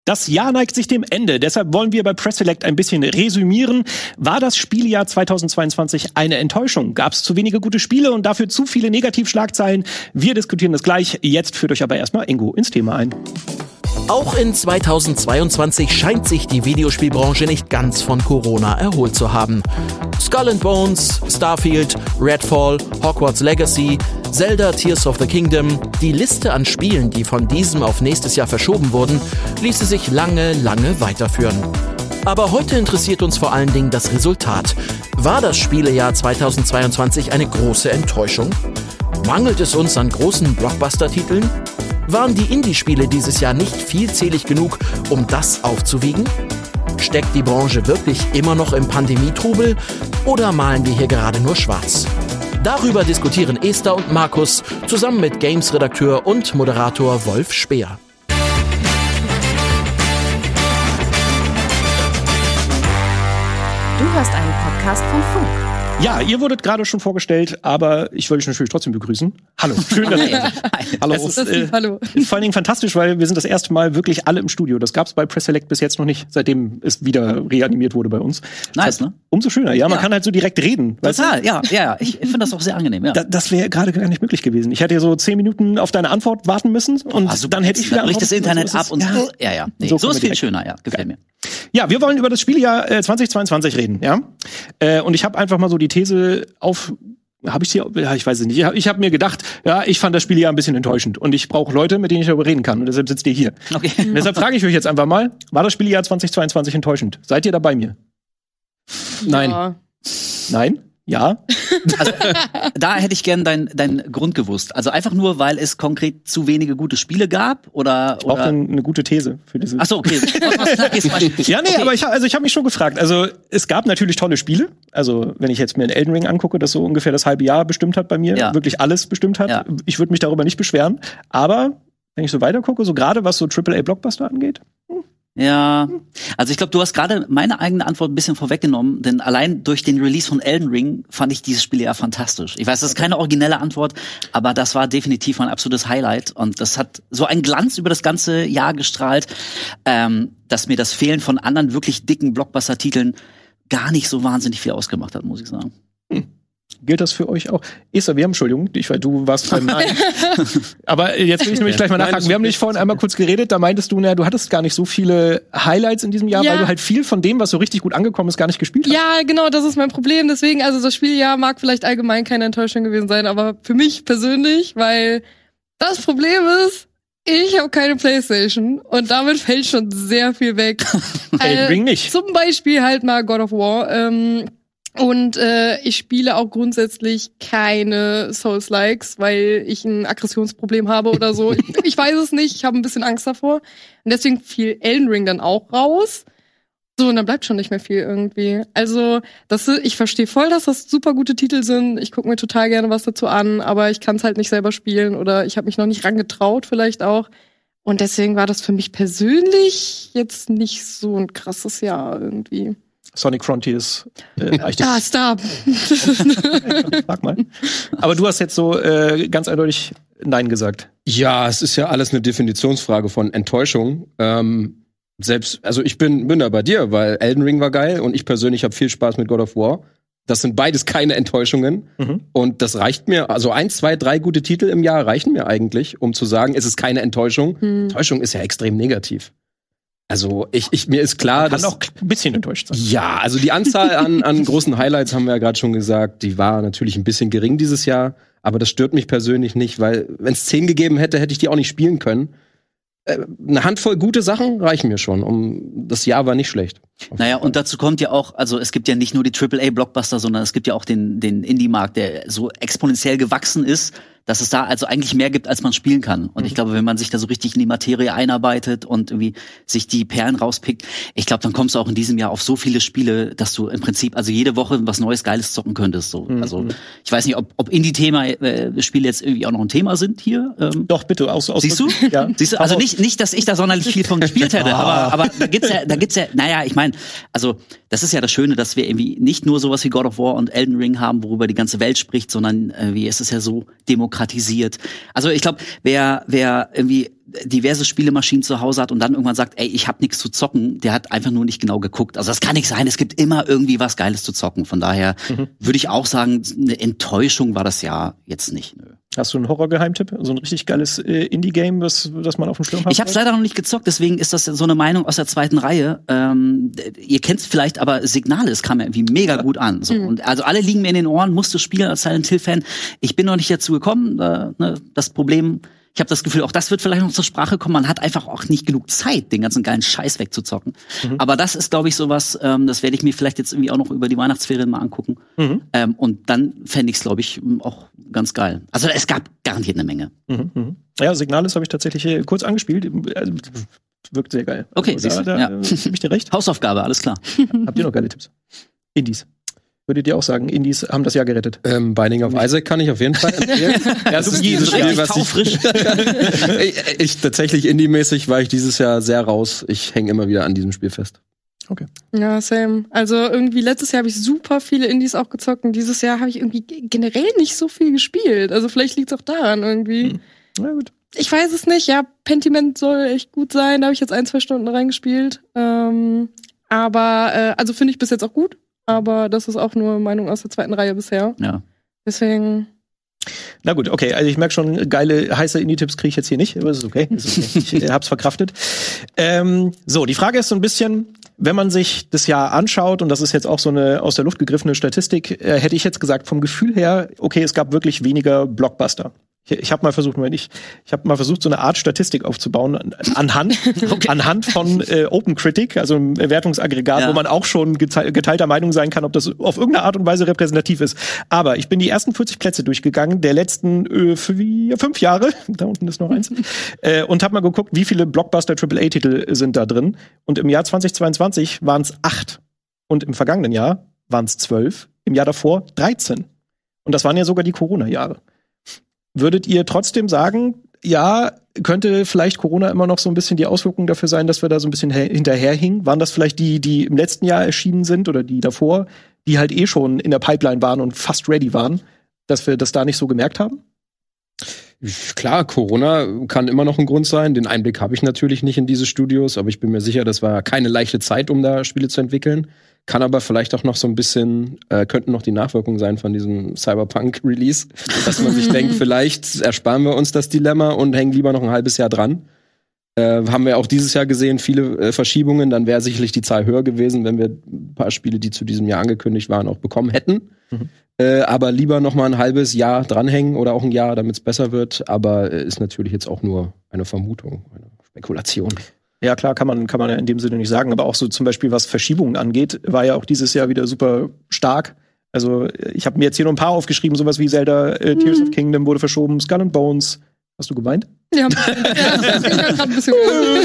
Das Jahr neigt sich dem Ende, deshalb wollen wir bei Press Select ein bisschen resümieren. War das Spielejahr 2022 eine Enttäuschung? Gab es zu wenige gute Spiele und dafür zu viele Negativschlagzeilen? Wir diskutieren das gleich. Jetzt führt euch aber erstmal Ingo ins Thema ein. Auch in 2022 scheint sich die Videospielbranche nicht ganz von Corona erholt zu haben. Skull and Bones, Starfield, Redfall, Hogwarts Legacy, Zelda Tears of the Kingdom, die Liste an Spielen, die von diesem auf nächstes Jahr verschoben wurden, ließe sich lange weiterführen. Aber heute interessiert uns vor allen Dingen das Resultat. War das Spielejahr 2022 eine große Enttäuschung? Mangelt es uns an großen Blockbuster-Titeln? Waren die Indie-Spiele dieses Jahr nicht vielzählig genug, um das aufzuwiegen? Steckt die Branche wirklich immer noch im Pandemietrubel oder malen wir hier gerade nur schwarz? Darüber diskutieren Esther und Markus zusammen mit Games-Redakteur und Moderator Wolf Speer. Du hörst einen Podcast von Funk. Ja, ihr wurdet gerade schon vorgestellt, aber ich wollte euch natürlich trotzdem begrüßen. Hallo, schön, dass ihr Hallo. Hallo. Ist vor allen Dingen fantastisch, weil wir sind das erste Mal wirklich alle im Studio. Das gab's bei Press Select bis jetzt noch nicht, seitdem es wieder reanimiert wurde bei uns. Nice, ne? Umso schöner. Ja, man kann halt so direkt reden. Total, ja. Ich finde das auch sehr angenehm, ja. Das wäre gerade gar nicht möglich gewesen. Ich hätte so 10 Minuten auf deine Antwort warten müssen und dann hätte ich wieder bricht das Internet ab und ja. Nee, so ist viel schöner, ja. Gefällt mir. Ja, wir wollen über das Spieljahr 2022 reden, ja. Und ich habe einfach mal so die These habe ich sie? Ja, ich weiß es nicht. Ich habe mir gedacht, ja, ich fand das Spieljahr ein bisschen enttäuschend und ich brauche Leute, mit denen ich darüber reden kann und deshalb sitzt ihr hier. Okay. Und deshalb frage ich euch jetzt einfach mal, war das Spieljahr 2022 enttäuschend? Seid ihr da bei mir? Nein. Ja. Nein? Ja? Also, da hätte ich gern dein Grund gewusst. Also einfach nur, weil es konkret zu wenige gute Spiele gab? Oder? Ich brauche eine gute These für diese. Ach so, okay. Ja, nee, okay. Aber ich habe mich schon gefragt. Also es gab natürlich tolle Spiele. Also wenn ich jetzt mir einen Elden Ring angucke, das so ungefähr das halbe Jahr bestimmt hat bei mir, wirklich alles bestimmt hat. Ja. Ich würde mich darüber nicht beschweren. Aber wenn ich so weiter gucke, so gerade was so AAA-Blockbuster angeht. Ja, also ich glaube, du hast gerade meine eigene Antwort ein bisschen vorweggenommen, denn allein durch den Release von Elden Ring fand ich dieses Spiel ja fantastisch. Ich weiß, das ist keine originelle Antwort, aber das war definitiv mein absolutes Highlight und das hat so einen Glanz über das ganze Jahr gestrahlt, dass mir das Fehlen von anderen wirklich dicken Blockbuster-Titeln gar nicht so wahnsinnig viel ausgemacht hat, muss ich sagen. Gilt das für euch auch? Esther, Entschuldigung, weil du warst beim Nein. Aber jetzt will ich nämlich gleich mal nachhaken. Wir haben nicht vorhin einmal kurz geredet, da meintest du, du hattest gar nicht so viele Highlights in diesem Jahr, weil du halt viel von dem, was so richtig gut angekommen ist, gar nicht gespielt hast. Ja, genau, das ist mein Problem. Deswegen, also das Spieljahr mag vielleicht allgemein keine Enttäuschung gewesen sein, aber für mich persönlich, weil das Problem ist, ich habe keine PlayStation und damit fällt schon sehr viel weg. Ring nicht. Zum Beispiel halt mal God of War. Und ich spiele auch grundsätzlich keine Souls-Likes, weil ich ein Aggressionsproblem habe oder so. Ich weiß es nicht, ich habe ein bisschen Angst davor. Und deswegen fiel Elden Ring dann auch raus. So, und dann bleibt schon nicht mehr viel irgendwie. Also, ich verstehe voll, dass das super gute Titel sind. Ich gucke mir total gerne was dazu an, aber ich kann es halt nicht selber spielen oder ich habe mich noch nicht rangetraut vielleicht auch. Und deswegen war das für mich persönlich jetzt nicht so ein krasses Jahr irgendwie. Sonic Frontiers. Stop. Frag mal. Aber du hast jetzt so ganz eindeutig Nein gesagt. Ja, es ist ja alles eine Definitionsfrage von Enttäuschung. Also ich bin da bei dir, weil Elden Ring war geil und ich persönlich habe viel Spaß mit God of War. Das sind beides keine Enttäuschungen. Und das reicht mir. Also 1, 2, 3 gute Titel im Jahr reichen mir eigentlich, um zu sagen, es ist keine Enttäuschung. Enttäuschung ist ja extrem negativ. Also mir ist klar, dass kann auch ein bisschen enttäuscht sein. Ja, also die Anzahl an großen Highlights haben wir ja gerade schon gesagt, die war natürlich ein bisschen gering dieses Jahr, aber das stört mich persönlich nicht, weil wenn es 10 gegeben hätte, hätte ich die auch nicht spielen können. Eine Handvoll gute Sachen reichen mir schon. Das Jahr war nicht schlecht. Naja, und dazu kommt ja auch, also es gibt ja nicht nur die AAA-Blockbuster, sondern es gibt ja auch den Indie-Markt, der so exponentiell gewachsen ist, dass es da also eigentlich mehr gibt, als man spielen kann. Und ich glaube, wenn man sich da so richtig in die Materie einarbeitet und irgendwie sich die Perlen rauspickt, ich glaube, dann kommst du auch in diesem Jahr auf so viele Spiele, dass du im Prinzip also jede Woche was Neues, Geiles zocken könntest. So. Also ich weiß nicht, ob Indie-Thema-Spiele jetzt irgendwie auch noch ein Thema sind hier. Doch, bitte. Siehst du? Ja. Siehst du? Also nicht, dass ich da sonderlich viel von gespielt hätte, aber da gibt's ja, naja, ich meine, also das ist ja das Schöne, dass wir irgendwie nicht nur sowas wie God of War und Elden Ring haben, worüber die ganze Welt spricht, sondern wie ist es ja so demokratisiert. Also ich glaube, wer irgendwie diverse Spielemaschinen zu Hause hat und dann irgendwann sagt, ey, ich hab nichts zu zocken, der hat einfach nur nicht genau geguckt. Also das kann nicht sein, es gibt immer irgendwie was Geiles zu zocken. Von daher würde ich auch sagen, eine Enttäuschung war das Jahr jetzt nicht. Nö. Hast du einen Horror-Geheimtipp? So ein richtig geiles Indie-Game, das man auf dem Schirm hat? Ich habe es leider noch nicht gezockt, deswegen ist das so eine Meinung aus der zweiten Reihe. Ihr kennt es vielleicht, aber Signale, es kam ja irgendwie mega gut an. So. Und also alle liegen mir in den Ohren, musst du spielen als Silent Hill-Fan. Ich bin noch nicht dazu gekommen. Das Problem, ich habe das Gefühl, auch das wird vielleicht noch zur Sprache kommen. Man hat einfach auch nicht genug Zeit, den ganzen geilen Scheiß wegzuzocken. Aber das ist, glaube ich, sowas, das werde ich mir vielleicht jetzt irgendwie auch noch über die Weihnachtsferien mal angucken. Und dann fände ich es, glaube ich, auch ganz geil. Also es gab garantiert eine Menge. Ja, Signalis habe ich tatsächlich kurz angespielt. Also, wirkt sehr geil. Okay, also, da gebe ich dir recht. Hausaufgabe, alles klar. Habt ihr noch geile Tipps? Indies. Würdet ihr auch sagen, Indies haben das Jahr gerettet? Binding of Isaac kann ich auf jeden Fall empfehlen. Das ist jedes Jahr, was ich tatsächlich Indie-mäßig war ich dieses Jahr sehr raus. Ich hänge immer wieder an diesem Spiel fest. Okay. Ja, same. Also irgendwie letztes Jahr habe ich super viele Indies auch gezockt und dieses Jahr habe ich irgendwie generell nicht so viel gespielt. Also vielleicht liegt es auch daran irgendwie. Na gut. Ich weiß es nicht. Ja, Pentiment soll echt gut sein. Da habe ich jetzt 1-2 Stunden reingespielt. Aber also finde ich bis jetzt auch gut. Aber das ist auch nur Meinung aus der zweiten Reihe bisher. Ja. Deswegen. Na gut, okay. Also ich merke schon, geile, heiße Indie-Tipps kriege ich jetzt hier nicht, aber es ist okay. Ich hab's verkraftet. So, die Frage ist so ein bisschen, wenn man sich das Jahr anschaut, und das ist jetzt auch so eine aus der Luft gegriffene Statistik, hätte ich jetzt gesagt, vom Gefühl her, okay, es gab wirklich weniger Blockbuster. Ich habe mal versucht, so eine Art Statistik aufzubauen anhand von OpenCritic, also einem Wertungsaggregat, wo man auch schon geteilter Meinung sein kann, ob das auf irgendeine Art und Weise repräsentativ ist. Aber ich bin die ersten 40 Plätze durchgegangen der letzten 5 Jahre, da unten ist noch eins, und habe mal geguckt, wie viele Blockbuster-AAA-Titel sind da drin. Und im Jahr 2022 waren es 8. Und im vergangenen Jahr waren es 12. Im Jahr davor 13. Und das waren ja sogar die Corona-Jahre. Würdet ihr trotzdem sagen, ja, könnte vielleicht Corona immer noch so ein bisschen die Auswirkung dafür sein, dass wir da so ein bisschen hinterherhingen? Waren das vielleicht die im letzten Jahr erschienen sind oder die davor, die halt eh schon in der Pipeline waren und fast ready waren, dass wir das da nicht so gemerkt haben? Klar, Corona kann immer noch ein Grund sein. Den Einblick habe ich natürlich nicht in diese Studios, aber ich bin mir sicher, das war keine leichte Zeit, um da Spiele zu entwickeln. Kann aber vielleicht auch noch so ein bisschen, könnten noch die Nachwirkungen sein von diesem Cyberpunk-Release, dass man sich denkt, vielleicht ersparen wir uns das Dilemma und hängen lieber noch ein halbes Jahr dran. Haben wir auch dieses Jahr gesehen, viele Verschiebungen. Dann wäre sicherlich die Zahl höher gewesen, wenn wir ein paar Spiele, die zu diesem Jahr angekündigt waren, auch bekommen hätten. Aber lieber noch mal ein halbes Jahr dranhängen oder auch ein Jahr, damit es besser wird. Aber ist natürlich jetzt auch nur eine Vermutung, eine Spekulation. Ja, klar, kann man ja in dem Sinne nicht sagen. Aber auch so zum Beispiel, was Verschiebungen angeht, war ja auch dieses Jahr wieder super stark. Also ich habe mir jetzt hier nur ein paar aufgeschrieben, sowas wie Zelda, Tears of Kingdom wurde verschoben, Skull and Bones. Hast du geweint? Ja, ich hab grad ein bisschen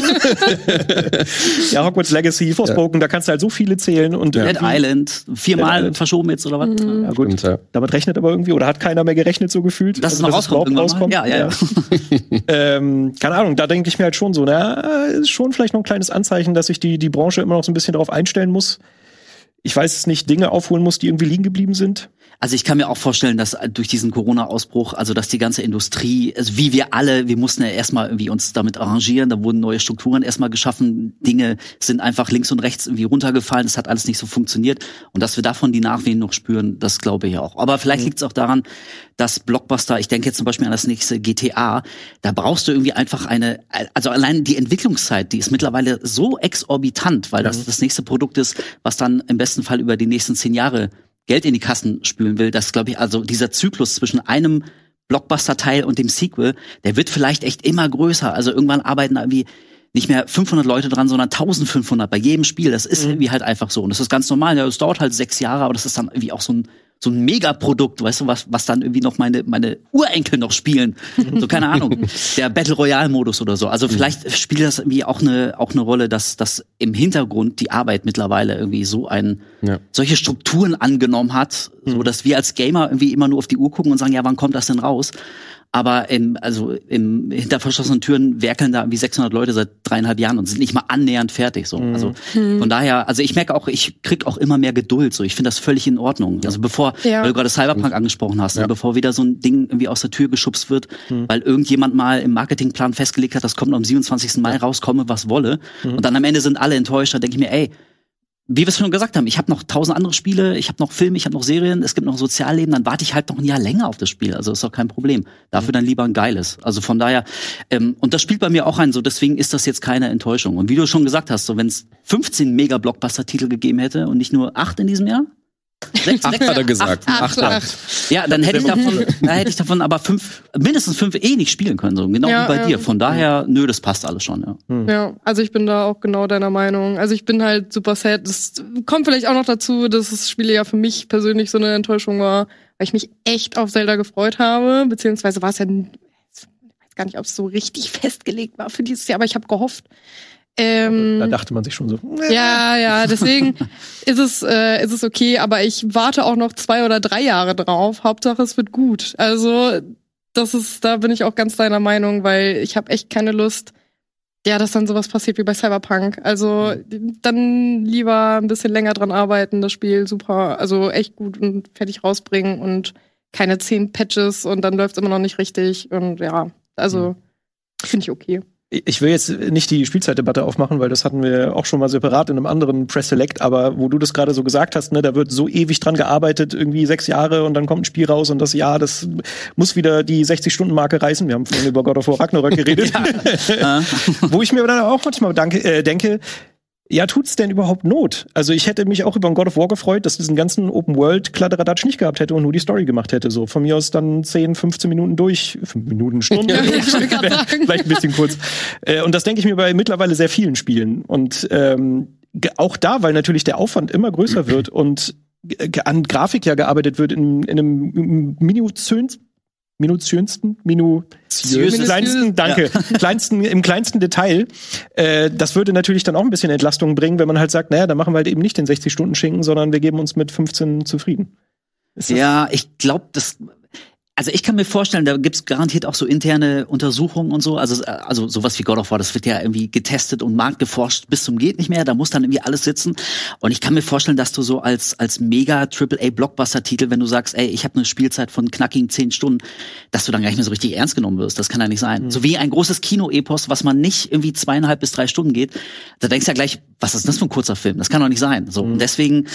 ja, Hogwarts Legacy, Forspoken, da kannst du halt so viele zählen. Und Dead Island, 4-mal verschoben jetzt, oder was? Ja, gut. Stimmt, ja. Damit rechnet aber irgendwie, oder hat keiner mehr gerechnet, so gefühlt? Dass es noch rauskommt. Ja. Keine Ahnung, da denke ich mir halt schon so, ist schon vielleicht noch ein kleines Anzeichen, dass sich die Branche immer noch so ein bisschen darauf einstellen muss. Ich weiß es nicht, Dinge aufholen muss, die irgendwie liegen geblieben sind. Also ich kann mir auch vorstellen, dass durch diesen Corona-Ausbruch, also dass die ganze Industrie, also wie wir alle, wir mussten ja erstmal irgendwie uns damit arrangieren, da wurden neue Strukturen erstmal geschaffen, Dinge sind einfach links und rechts irgendwie runtergefallen, es hat alles nicht so funktioniert und dass wir davon die Nachwehen noch spüren, das glaube ich auch. Aber vielleicht liegt es auch daran, dass Blockbuster, ich denke jetzt zum Beispiel an das nächste GTA, da brauchst du irgendwie einfach also allein die Entwicklungszeit, die ist mittlerweile so exorbitant, weil das nächste Produkt ist, was dann im besten Fall über die nächsten 10 Jahre Geld in die Kassen spülen will, das glaube ich, also dieser Zyklus zwischen einem Blockbuster-Teil und dem Sequel, der wird vielleicht echt immer größer. Also irgendwann arbeiten da irgendwie nicht mehr 500 Leute dran, sondern 1500 bei jedem Spiel. Das ist irgendwie halt einfach so. Und das ist ganz normal. Ja, das dauert halt 6 Jahre, aber das ist dann irgendwie auch so ein Megaprodukt, weißt du, was dann irgendwie noch meine Urenkel noch spielen. So, keine Ahnung. Der Battle Royale Modus oder so. Also vielleicht spielt das irgendwie auch eine Rolle, dass im Hintergrund die Arbeit mittlerweile irgendwie solche Strukturen angenommen hat, so dass wir als Gamer irgendwie immer nur auf die Uhr gucken und sagen, ja, wann kommt das denn raus? aber hinter verschlossenen Türen werkeln da irgendwie 600 Leute seit 3,5 Jahren und sind nicht mal annähernd fertig. So. Also von daher, also ich merke auch, ich krieg auch immer mehr Geduld. So, ich finde das völlig in Ordnung. Also weil du gerade Cyberpunk angesprochen hast, bevor wieder so ein Ding irgendwie aus der Tür geschubst wird, weil irgendjemand mal im Marketingplan festgelegt hat, das kommt am 27. Mai raus, komme was wolle. Und dann am Ende sind alle enttäuscht. Da denke ich mir, ey, wie wir es schon gesagt haben, ich habe noch 1000 andere Spiele, ich habe noch Filme, ich habe noch Serien, es gibt noch ein Sozialleben, dann warte ich halt noch ein Jahr länger auf das Spiel. Also ist doch kein Problem. Dafür dann lieber ein geiles. Also von daher, und das spielt bei mir auch ein, so deswegen ist das jetzt keine Enttäuschung. Und wie du schon gesagt hast, so wenn es 15 Mega-Blockbuster-Titel gegeben hätte und nicht nur 8 in diesem Jahr, 8 hat er gesagt. 8. Ja, dann hätte ich davon aber mindestens 5 nicht spielen können, so genau wie bei dir. Von daher, nö, das passt alles schon, Ja, also ich bin da auch genau deiner Meinung. Also ich bin halt super sad. Das kommt vielleicht auch noch dazu, dass das Spiel ja für mich persönlich so eine Enttäuschung war, weil ich mich echt auf Zelda gefreut habe, beziehungsweise war es ja, ich weiß gar nicht, ob es so richtig festgelegt war für dieses Jahr, aber ich habe gehofft. Da dachte man sich schon so. Ja, deswegen ist es okay, aber ich warte auch noch 2 oder 3 Jahre drauf. Hauptsache, es wird gut. Also, da bin ich auch ganz deiner Meinung, weil ich habe echt keine Lust, dass dann sowas passiert wie bei Cyberpunk. Also, dann lieber ein bisschen länger dran arbeiten, das Spiel super, also echt gut und fertig rausbringen und keine 10 Patches und dann läuft's immer noch nicht richtig und also, finde ich okay. Ich will jetzt nicht die Spielzeitdebatte aufmachen, weil das hatten wir auch schon mal separat in einem anderen Press Select, aber wo du das gerade so gesagt hast, ne, da wird so ewig dran gearbeitet, irgendwie 6 Jahre und dann kommt ein Spiel raus und das muss wieder die 60-Stunden-Marke reißen. Wir haben vorhin über God of War Ragnarök geredet. Wo ich mir dann auch manchmal denke, ja, tut's denn überhaupt Not? Also ich hätte mich auch über ein God of War gefreut, dass diesen ganzen Open-World-Kladderadatsch nicht gehabt hätte und nur die Story gemacht hätte. So von mir aus dann 10, 15 Minuten durch. 5 Minuten, Stunden. Vielleicht ein bisschen kurz. Und das denke ich mir bei mittlerweile sehr vielen Spielen. Und auch da, weil natürlich der Aufwand immer größer wird und an Grafik ja gearbeitet wird in einem im kleinsten Detail. Das würde natürlich dann auch ein bisschen Entlastung bringen, wenn man halt sagt, naja, dann machen wir halt eben nicht den 60-Stunden-Schinken, sondern wir geben uns mit 15 zufrieden. Ja, ich glaube, also ich kann mir vorstellen, da gibt's garantiert auch so interne Untersuchungen und so. Also sowas wie God of War, das wird ja irgendwie getestet und marktgeforscht bis zum geht nicht mehr. Da muss dann irgendwie alles sitzen. Und ich kann mir vorstellen, dass du so als mega AAA-Blockbuster-Titel, wenn du sagst, ey, ich habe eine Spielzeit von knackigen 10 Stunden, dass du dann gar nicht mehr so richtig ernst genommen wirst. Das kann ja nicht sein. So wie ein großes Kino-Epos, was man nicht irgendwie 2,5 bis 3 Stunden geht. Da denkst du ja gleich, was ist das für ein kurzer Film? Das kann doch nicht sein. So, und deswegen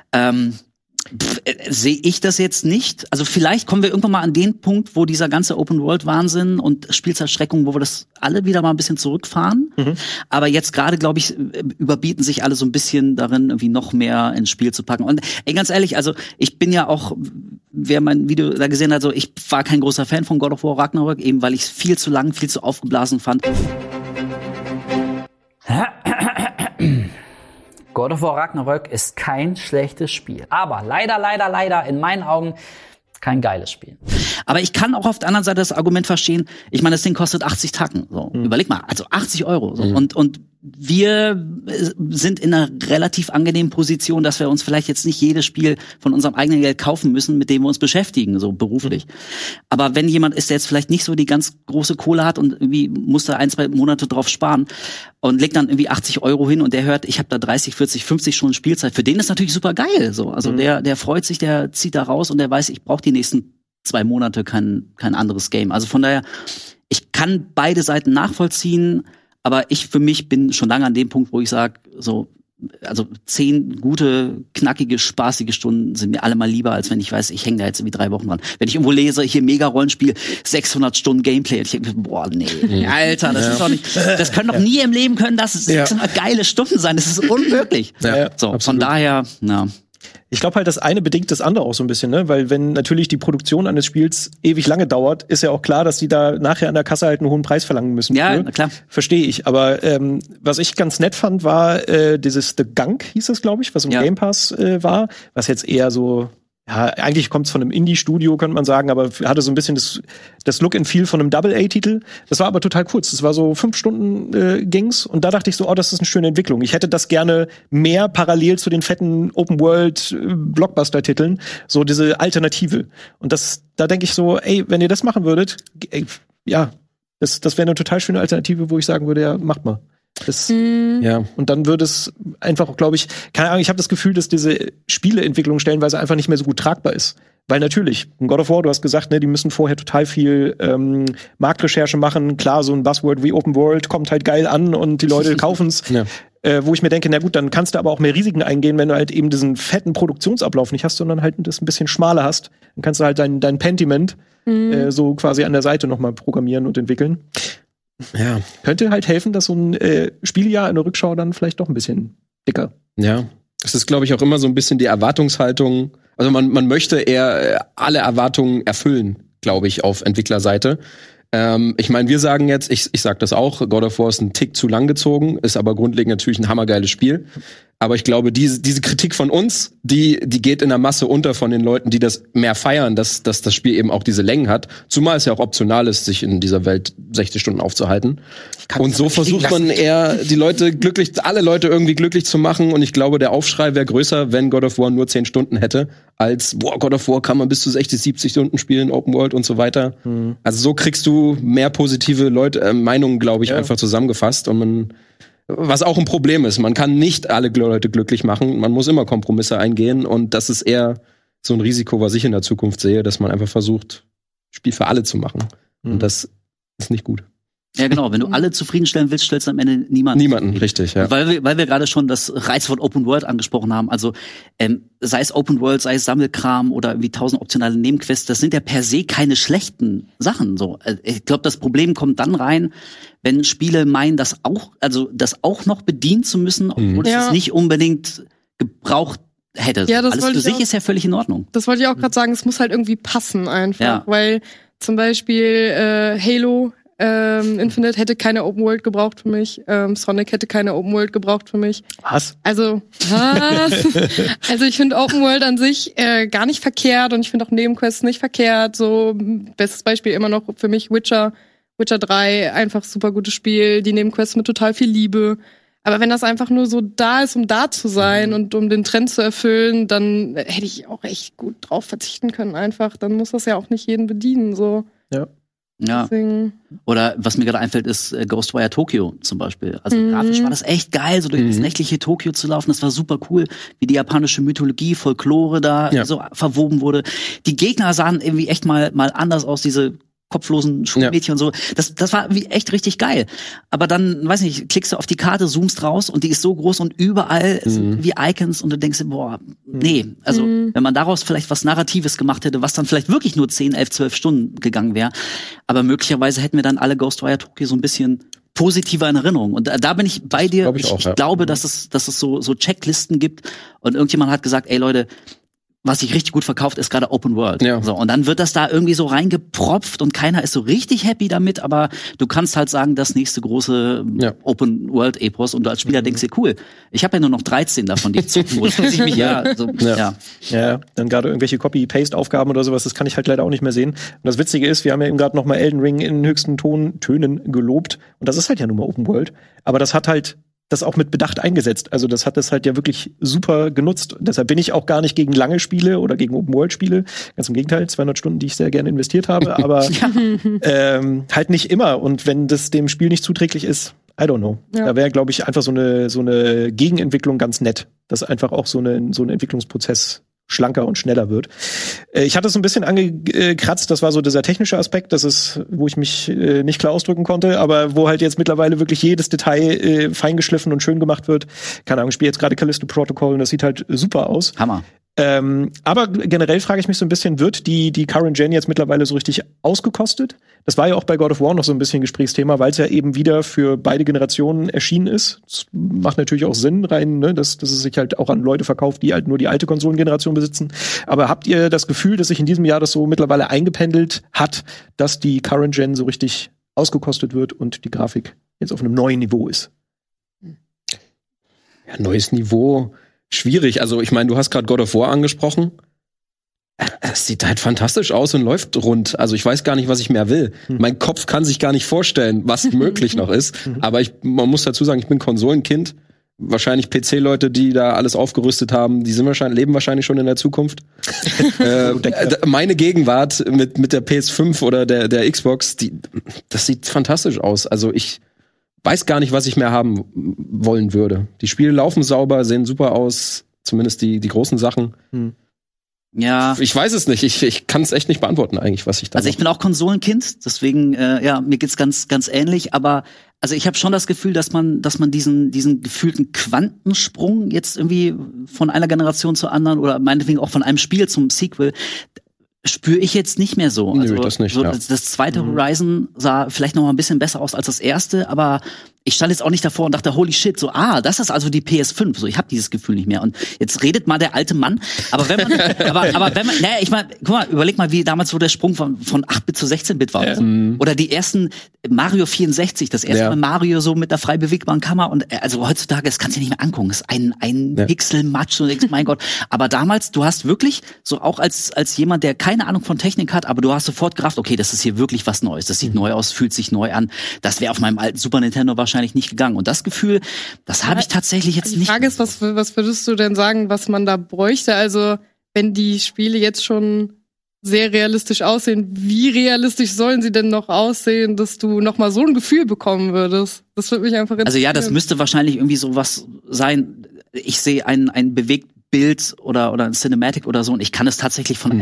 sehe ich das jetzt nicht. Also vielleicht kommen wir irgendwann mal an den Punkt, wo dieser ganze Open-World-Wahnsinn und Spielzeitstreckung, wo wir das alle wieder mal ein bisschen zurückfahren. Aber jetzt gerade, glaube ich, überbieten sich alle so ein bisschen darin, irgendwie noch mehr ins Spiel zu packen. Und ganz ehrlich, also ich bin ja auch, wer mein Video da gesehen hat, so ich war kein großer Fan von God of War Ragnarök, eben weil ich es viel zu lang, viel zu aufgeblasen fand. God of War Ragnarök ist kein schlechtes Spiel. Aber leider, in meinen Augen kein geiles Spiel. Aber ich kann auch auf der anderen Seite das Argument verstehen, ich meine, das Ding kostet 80 Tacken. So. Überleg mal, also 80 Euro. So. Und wir sind in einer relativ angenehmen Position, dass wir uns vielleicht jetzt nicht jedes Spiel von unserem eigenen Geld kaufen müssen, mit dem wir uns beschäftigen, so beruflich. Aber wenn jemand ist, der jetzt vielleicht nicht so die ganz große Kohle hat und irgendwie muss da 1-2 Monate drauf sparen und legt dann irgendwie 80 Euro hin und der hört, ich habe da 30, 40, 50 Stunden Spielzeit, für den ist natürlich super geil. So. Also der freut sich, der zieht da raus und der weiß, ich brauche die nächsten 2 Monate kein anderes Game. Also von daher, ich kann beide Seiten nachvollziehen, aber ich für mich bin schon lange an dem Punkt, wo ich sage, so, also 10 gute, knackige, spaßige Stunden sind mir alle mal lieber, als wenn ich weiß, ich hänge da jetzt irgendwie 3 Wochen dran. Wenn ich irgendwo lese, hier Mega-Rollenspiel, 600 Stunden Gameplay, und ich denke, boah, nee, Alter, das ist doch nicht, das können doch nie im Leben können das 600 geile Stunden sein, das ist unmöglich. So, absolut. Von daher, Ich glaube halt, das eine bedingt das andere auch so ein bisschen, ne? Weil wenn natürlich die Produktion eines Spiels ewig lange dauert, ist ja auch klar, dass die da nachher an der Kasse halt einen hohen Preis verlangen müssen. Ja, klar. Verstehe ich. Aber was ich ganz nett fand, war dieses The Gunk, hieß das, glaube ich, was im Game Pass war, was jetzt eher so ja, eigentlich kommt es von einem Indie-Studio, könnte man sagen, aber hatte so ein bisschen das Look and Feel von einem Double-A-Titel. Das war aber total kurz. Das war so 5 Stunden ging's und da dachte ich so, oh, das ist eine schöne Entwicklung. Ich hätte das gerne mehr parallel zu den fetten Open-World-Blockbuster-Titeln, so diese Alternative. Und da denke ich so, ey, wenn ihr das machen würdet, ja, das wäre eine total schöne Alternative, wo ich sagen würde, ja, macht mal. Ja. Und dann würde es einfach auch, glaube ich, keine Ahnung, ich habe das Gefühl, dass diese Spieleentwicklung stellenweise einfach nicht mehr so gut tragbar ist. Weil natürlich, in God of War, du hast gesagt, ne, die müssen vorher total viel Marktrecherche machen. Klar, so ein Buzzword wie Open World kommt halt geil an und die Leute kaufen's. Ja. Wo ich mir denke, na gut, dann kannst du aber auch mehr Risiken eingehen, wenn du halt eben diesen fetten Produktionsablauf nicht hast, sondern halt das ein bisschen schmaler hast. Dann kannst du halt dein Pentiment so quasi an der Seite noch mal programmieren und entwickeln. Ja. Könnte halt helfen, dass so ein Spieljahr in der Rückschau dann vielleicht doch ein bisschen dicker. Ja. Es ist, glaube ich, auch immer so ein bisschen die Erwartungshaltung. Also man möchte eher alle Erwartungen erfüllen, glaube ich, auf Entwicklerseite. Ich meine, wir sagen jetzt, ich sag das auch, God of War ist ein Tick zu lang gezogen, ist aber grundlegend natürlich ein hammergeiles Spiel. Aber ich glaube, diese Kritik von uns, die geht in der Masse unter von den Leuten, die das mehr feiern, dass das Spiel eben auch diese Längen hat. Zumal es ja auch optional ist, sich in dieser Welt 60 Stunden aufzuhalten. Und so versucht man eher, alle Leute irgendwie glücklich zu machen. Und ich glaube, der Aufschrei wäre größer, wenn God of War nur 10 Stunden hätte, als, God of War kann man bis zu 60, 70 Stunden spielen, Open World und so weiter. Also so kriegst du mehr positive Meinungen, glaube ich, einfach zusammengefasst. Und was auch ein Problem ist. Man kann nicht alle Leute glücklich machen. Man muss immer Kompromisse eingehen. Und das ist eher so ein Risiko, was ich in der Zukunft sehe, dass man einfach versucht, Spiel für alle zu machen. Und das ist nicht gut. Ja, genau. Wenn du alle zufriedenstellen willst, stellst du am Ende niemanden richtig, ja. Weil wir gerade schon das Reizwort Open World angesprochen haben. Also, sei es Open World, sei es Sammelkram oder irgendwie 1000 optionale Nebenquests, das sind ja per se keine schlechten Sachen, so. Ich glaube, das Problem kommt dann rein, wenn Spiele meinen, das auch noch bedienen zu müssen, obwohl es nicht unbedingt gebraucht hätte. Ja, das alles für sich ist ja völlig in Ordnung. Das wollte ich auch gerade sagen. Es muss halt irgendwie passen einfach. Ja. Weil zum Beispiel Halo Infinite hätte keine Open World gebraucht für mich. Sonic hätte keine Open World gebraucht für mich. Was? Also ich finde Open World an sich gar nicht verkehrt und ich finde auch Nebenquests nicht verkehrt. So, bestes Beispiel immer noch für mich Witcher 3, einfach super gutes Spiel. Die Nebenquests mit total viel Liebe. Aber wenn das einfach nur so da ist, um da zu sein und um den Trend zu erfüllen, dann hätte ich auch echt gut drauf verzichten können einfach. Dann muss das ja auch nicht jeden bedienen, so. Ja. Ja. Deswegen. Oder was mir gerade einfällt, ist Ghostwire Tokyo zum Beispiel. Also grafisch war das echt geil, so durch das nächtliche Tokio zu laufen. Das war super cool, wie die japanische Mythologie, Folklore da so verwoben wurde. Die Gegner sahen irgendwie echt mal anders aus, diese kopflosen Schulmädchen und so. Das war echt richtig geil. Aber dann, weiß nicht, klickst du auf die Karte, zoomst raus und die ist so groß und überall sind wie Icons und du denkst dir, boah, nee. Also, wenn man daraus vielleicht was Narratives gemacht hätte, was dann vielleicht wirklich nur 10, 11, 12 Stunden gegangen wäre. Aber möglicherweise hätten wir dann alle Ghostwire Tokyo so ein bisschen positiver in Erinnerung. Und da bin ich bei dir. Ich glaube, dass es so Checklisten gibt und irgendjemand hat gesagt, ey Leute, was sich richtig gut verkauft, ist gerade Open World. Ja. So, und dann wird das da irgendwie so reingepropft und keiner ist so richtig happy damit, aber du kannst halt sagen, das nächste große Open World Epos und du als Spieler denkst dir, cool, ich habe ja nur noch 13 davon, die zocken muss. Ich mich Ja, dann gerade irgendwelche Copy-Paste-Aufgaben oder sowas, das kann ich halt leider auch nicht mehr sehen. Und das Witzige ist, wir haben ja eben gerade noch mal Elden Ring in den höchsten Tönen gelobt und das ist halt ja nun mal Open World, aber das hat halt das auch mit Bedacht eingesetzt. Also das hat das halt ja wirklich super genutzt. Deshalb bin ich auch gar nicht gegen lange Spiele oder gegen Open-World-Spiele. Ganz im Gegenteil, 200 Stunden, die ich sehr gerne investiert habe. Aber halt nicht immer. Und wenn das dem Spiel nicht zuträglich ist, I don't know. Ja. Da wäre, glaube ich, einfach so eine Gegenentwicklung ganz nett. Dass einfach auch so ein Entwicklungsprozess schlanker und schneller wird. Ich hatte es ein bisschen angekratzt, das war so dieser technische Aspekt, das ist, wo ich mich nicht klar ausdrücken konnte, aber wo halt jetzt mittlerweile wirklich jedes Detail feingeschliffen und schön gemacht wird. Keine Ahnung, ich spiele jetzt gerade Callisto Protocol und das sieht halt super aus. Hammer. Aber generell frage ich mich so ein bisschen, wird die Current Gen jetzt mittlerweile so richtig ausgekostet? Das war ja auch bei God of War noch so ein bisschen Gesprächsthema, weil es ja eben wieder für beide Generationen erschienen ist. Das macht natürlich auch Sinn rein, ne, dass es sich halt auch an Leute verkauft, die halt nur die alte Konsolengeneration besitzen. Aber habt ihr das Gefühl, dass sich in diesem Jahr das so mittlerweile eingependelt hat, dass die Current Gen so richtig ausgekostet wird und die Grafik jetzt auf einem neuen Niveau ist? Ja, neues Niveau. Schwierig. Also ich meine, du hast gerade God of War angesprochen. es sieht halt fantastisch aus und läuft rund. Also ich weiß gar nicht, was ich mehr will. Mein Kopf kann sich gar nicht vorstellen, was möglich noch ist. Aber man muss dazu sagen, ich bin Konsolenkind. Wahrscheinlich PC-Leute, die da alles aufgerüstet haben, die leben wahrscheinlich schon in der Zukunft. Meine Gegenwart mit der PS5 oder der Xbox, das sieht fantastisch aus. Also ich weiß gar nicht, was ich mehr haben wollen würde. Die Spiele laufen sauber, sehen super aus, zumindest die großen Sachen. Ja. Ich weiß es nicht. Ich kann es echt nicht beantworten eigentlich, was ich da. Also ich bin auch Konsolenkind, deswegen mir geht's ganz ähnlich. Aber also ich habe schon das Gefühl, dass man diesen gefühlten Quantensprung jetzt irgendwie von einer Generation zur anderen oder meinetwegen auch von einem Spiel zum Sequel spüre ich jetzt nicht mehr so. Also, nö, das nicht. Ja. Das zweite Horizon sah vielleicht noch mal ein bisschen besser aus als das erste, aber ich stand jetzt auch nicht davor und dachte, holy shit, das ist also die PS5. So, ich habe dieses Gefühl nicht mehr. Und jetzt redet mal der alte Mann. Aber wenn man, naja, ich meine, guck mal, überleg mal, wie damals so der Sprung von 8-Bit zu 16-Bit war. Oder die ersten Mario 64, das erste Mal Mario so mit einer frei bewegbaren Kamera. Und also heutzutage, das kannst du dir nicht mehr angucken. Das ist ein Pixel-Matsch und denkst, mein Gott. Aber damals, du hast wirklich, so auch als jemand, der keine Ahnung von Technik hat, aber du hast sofort gerafft, okay, das ist hier wirklich was Neues. Das sieht neu aus, fühlt sich neu an. Das wäre auf meinem alten Super Nintendo wahrscheinlich nicht gegangen. Und das Gefühl, das habe ich tatsächlich jetzt nicht. Die Frage ist, was würdest du denn sagen, was man da bräuchte? Also, wenn die Spiele jetzt schon sehr realistisch aussehen, wie realistisch sollen sie denn noch aussehen, dass du noch mal so ein Gefühl bekommen würdest? Das würde mich einfach interessieren. Also ja, das müsste wahrscheinlich irgendwie sowas sein. Ich sehe ein Bewegtbild oder ein Cinematic oder so und ich kann es tatsächlich von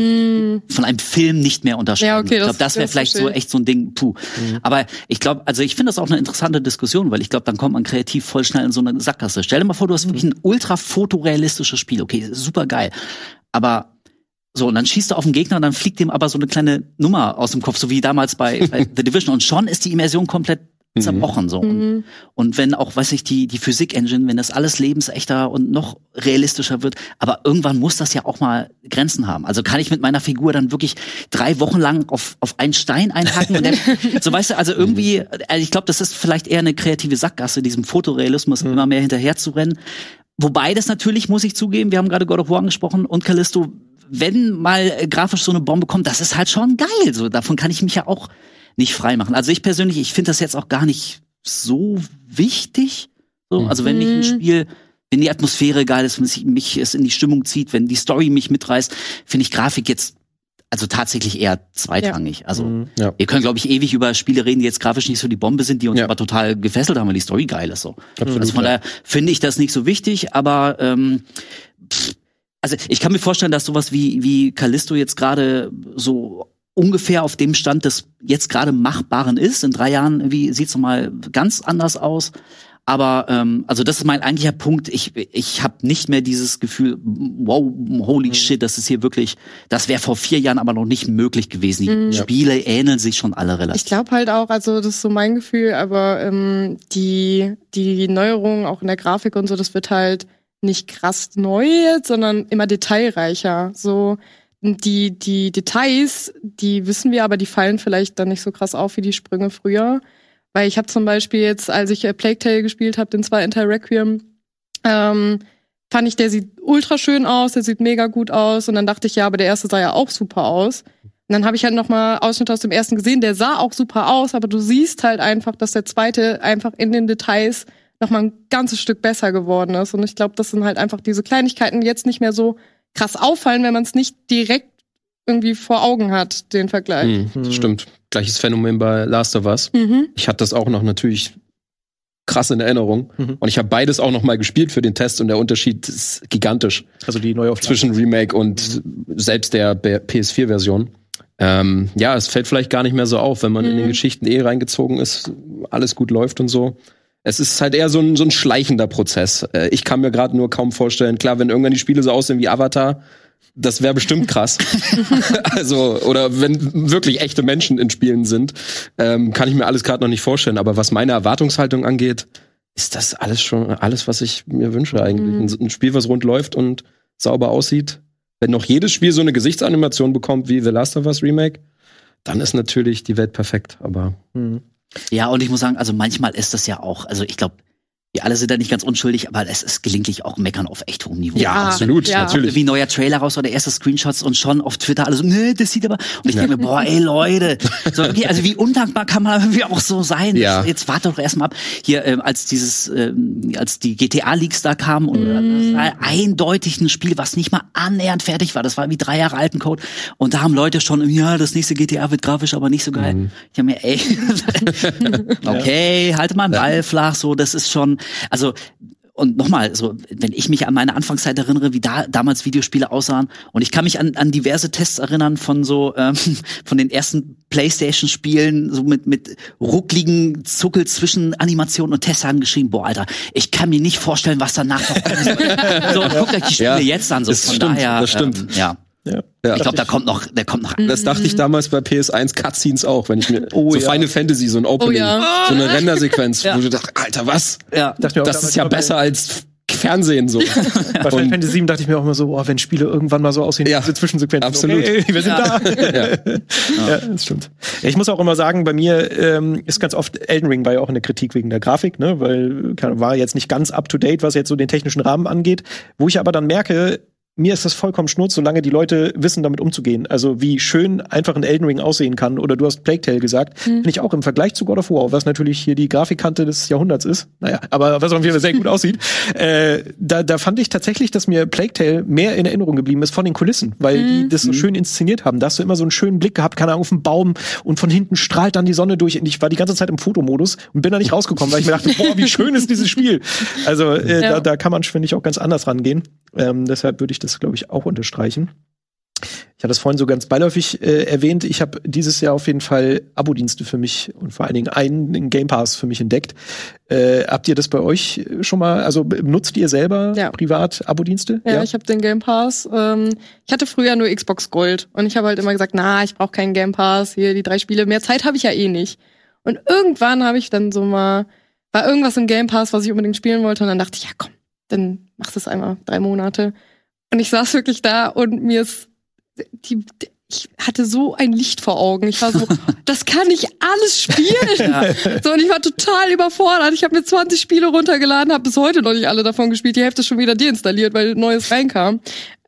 einem Film nicht mehr unterscheiden. Ja, okay, ich glaube, das wäre vielleicht so echt so ein Ding, Aber ich glaube, also ich finde das auch eine interessante Diskussion, weil ich glaube, dann kommt man kreativ voll schnell in so eine Sackgasse. Stell dir mal vor, du hast wirklich ein ultra fotorealistisches Spiel. Okay, super geil. Aber so, und dann schießt du auf den Gegner und dann fliegt dem aber so eine kleine Nummer aus dem Kopf, so wie damals bei The Division. Und schon ist die Immersion komplett zerbrochen, so. Und wenn auch, weiß ich, die Physik-Engine, wenn das alles lebensechter und noch realistischer wird, aber irgendwann muss das ja auch mal Grenzen haben. Also kann ich mit meiner Figur dann wirklich 3 Wochen lang auf einen Stein einhaken und so, weißt du, also irgendwie, ich glaube, das ist vielleicht eher eine kreative Sackgasse, diesem Fotorealismus immer mehr hinterher zu rennen. Wobei das natürlich, muss ich zugeben, wir haben gerade God of War angesprochen und Callisto, wenn mal grafisch so eine Bombe kommt, das ist halt schon geil, so. Davon kann ich mich ja auch nicht frei machen. Also ich persönlich, ich finde das jetzt auch gar nicht so wichtig. So, also wenn mich ein Spiel, wenn die Atmosphäre geil ist, wenn mich es in die Stimmung zieht, wenn die Story mich mitreißt, finde ich Grafik jetzt also tatsächlich eher zweitrangig. Ja. Also wir können, glaube ich, ewig über Spiele reden, die jetzt grafisch nicht so die Bombe sind, die uns aber total gefesselt haben, weil die Story geil ist. So. Absolut, also von daher finde ich das nicht so wichtig, aber also ich kann mir vorstellen, dass sowas wie Callisto jetzt gerade so ungefähr auf dem Stand des jetzt gerade Machbaren ist. In 3 Jahren irgendwie sieht's nochmal ganz anders aus. Aber also das ist mein eigentlicher Punkt. Ich habe nicht mehr dieses Gefühl, wow, holy shit, das ist hier wirklich, das wäre vor 4 Jahren aber noch nicht möglich gewesen. Die Spiele ähneln sich schon alle relativ. Ich glaube halt auch, also das ist so mein Gefühl, aber die Neuerungen auch in der Grafik und so, das wird halt nicht krass neu jetzt, sondern immer detailreicher. So die Details, die wissen wir, aber die fallen vielleicht dann nicht so krass auf wie die Sprünge früher. Weil ich habe zum Beispiel jetzt, als ich Plague Tale gespielt habe, den 2 Anti-Requiem, fand ich, der sieht ultra schön aus, der sieht mega gut aus. Und dann dachte ich, ja, aber der erste sah ja auch super aus. Und dann habe ich halt noch mal Ausschnitte aus dem ersten gesehen, der sah auch super aus, aber du siehst halt einfach, dass der zweite einfach in den Details noch mal ein ganzes Stück besser geworden ist. Und ich glaube, das sind halt einfach diese Kleinigkeiten, die jetzt nicht mehr so krass auffallen, wenn man es nicht direkt irgendwie vor Augen hat, den Vergleich. Das stimmt. Gleiches Phänomen bei Last of Us. Ich hatte das auch noch natürlich krass in Erinnerung. Und ich habe beides auch noch mal gespielt für den Test und der Unterschied ist gigantisch. Also die Neuauflage. Zwischen Remake und selbst der PS4-Version. Ja, es fällt vielleicht gar nicht mehr so auf, wenn man in den Geschichten reingezogen ist, alles gut läuft und so. Es ist halt eher so ein schleichender Prozess. Ich kann mir gerade nur kaum vorstellen, klar, wenn irgendwann die Spiele so aussehen wie Avatar, das wäre bestimmt krass. Also, oder wenn wirklich echte Menschen in Spielen sind, kann ich mir alles gerade noch nicht vorstellen. Aber was meine Erwartungshaltung angeht, ist das alles, was ich mir wünsche eigentlich. Ein Spiel, was rund läuft und sauber aussieht. Wenn noch jedes Spiel so eine Gesichtsanimation bekommt wie The Last of Us Remake, dann ist natürlich die Welt perfekt. Aber ja, und ich muss sagen, also manchmal ist das ja auch, also ich glaube, Wir alle sind da nicht ganz unschuldig, aber es ist gelegentlich auch Meckern auf echt hohem Niveau. Ja, absolut, natürlich. Wie ein neuer Trailer raus oder erste Screenshots und schon auf Twitter alle so, nee, das sieht aber... Und ich denke mir, boah, ey, Leute. So, okay, also wie undankbar kann man irgendwie auch so sein? Ja. Jetzt warte doch erstmal ab. Hier, als die GTA-Leaks da kamen und das war eindeutig ein Spiel, was nicht mal annähernd fertig war. Das war wie 3 Jahre alten Code. Und da haben Leute schon, ja, das nächste GTA wird grafisch aber nicht so geil. Ich hab mir, ey, okay, halte mal den Ball flach, so, das ist schon... Also, und nochmal, so, wenn ich mich an meine Anfangszeit erinnere, wie damals Videospiele aussahen, und ich kann mich an diverse Tests erinnern von so, von den ersten PlayStation-Spielen, so mit ruckligen Zuckel zwischen Animationen und Tests haben geschrieben, boah, Alter, ich kann mir nicht vorstellen, was danach noch kommt. So, guckt euch die Spiele jetzt an, so, das von stimmt, daher, das stimmt. Ja. Ich glaube, der kommt noch. Das dachte ich damals bei PS1 Cutscenes auch, wenn ich mir Final Fantasy, so ein Opening, so eine Rendersequenz, wo du dachtest, Alter, was? Ja. Dachte mir auch Das ist ja besser als Fernsehen so. Bei Final Fantasy 7 dachte ich mir auch immer so, wenn Spiele irgendwann mal so aussehen, diese Zwischensequenzen. Absolut. Okay, wir sind da. Ja, das stimmt. Ja, ich muss auch immer sagen, bei mir ist ganz oft, Elden Ring war ja auch in der Kritik wegen der Grafik, ne, weil war jetzt nicht ganz up to date, was jetzt so den technischen Rahmen angeht, wo ich aber dann merke, mir ist das vollkommen schnurz, solange die Leute wissen, damit umzugehen. Also wie schön einfach ein Elden Ring aussehen kann. Oder du hast Plague Tale gesagt. Finde ich auch im Vergleich zu God of War, was natürlich hier die Grafikkante des Jahrhunderts ist. Naja, aber was auf jeden Fall sehr gut aussieht. Da fand ich tatsächlich, dass mir Plague Tale mehr in Erinnerung geblieben ist von den Kulissen, weil die das so schön inszeniert haben. Da hast du immer so einen schönen Blick gehabt, keine Ahnung, auf den Baum und von hinten strahlt dann die Sonne durch. Und ich war die ganze Zeit im Fotomodus und bin da nicht rausgekommen, weil ich mir dachte, boah, wie schön ist dieses Spiel. Also da kann man, finde ich, auch ganz anders rangehen. Deshalb würde ich das, glaube ich, auch unterstreichen. Ich hatte es vorhin so ganz beiläufig erwähnt. Ich habe dieses Jahr auf jeden Fall Abo-Dienste für mich und vor allen Dingen einen Game Pass für mich entdeckt. Habt ihr das bei euch schon mal, also nutzt ihr selber privat Abo-Dienste? Ja, ich habe den Game Pass. Ich hatte früher nur Xbox Gold und ich habe halt immer gesagt, ich brauche keinen Game Pass, hier die 3 Spiele, mehr Zeit habe ich ja eh nicht. Und irgendwann habe ich dann so war irgendwas im Game Pass, was ich unbedingt spielen wollte und dann dachte ich, ja komm, dann machst du es einmal 3 Monate. Und ich saß wirklich da und mir ist ich hatte so ein Licht vor Augen. Ich war so, das kann ich alles spielen. So, und ich war total überfordert. Ich habe mir 20 Spiele runtergeladen, habe bis heute noch nicht alle davon gespielt. Die Hälfte schon wieder deinstalliert, weil Neues reinkam.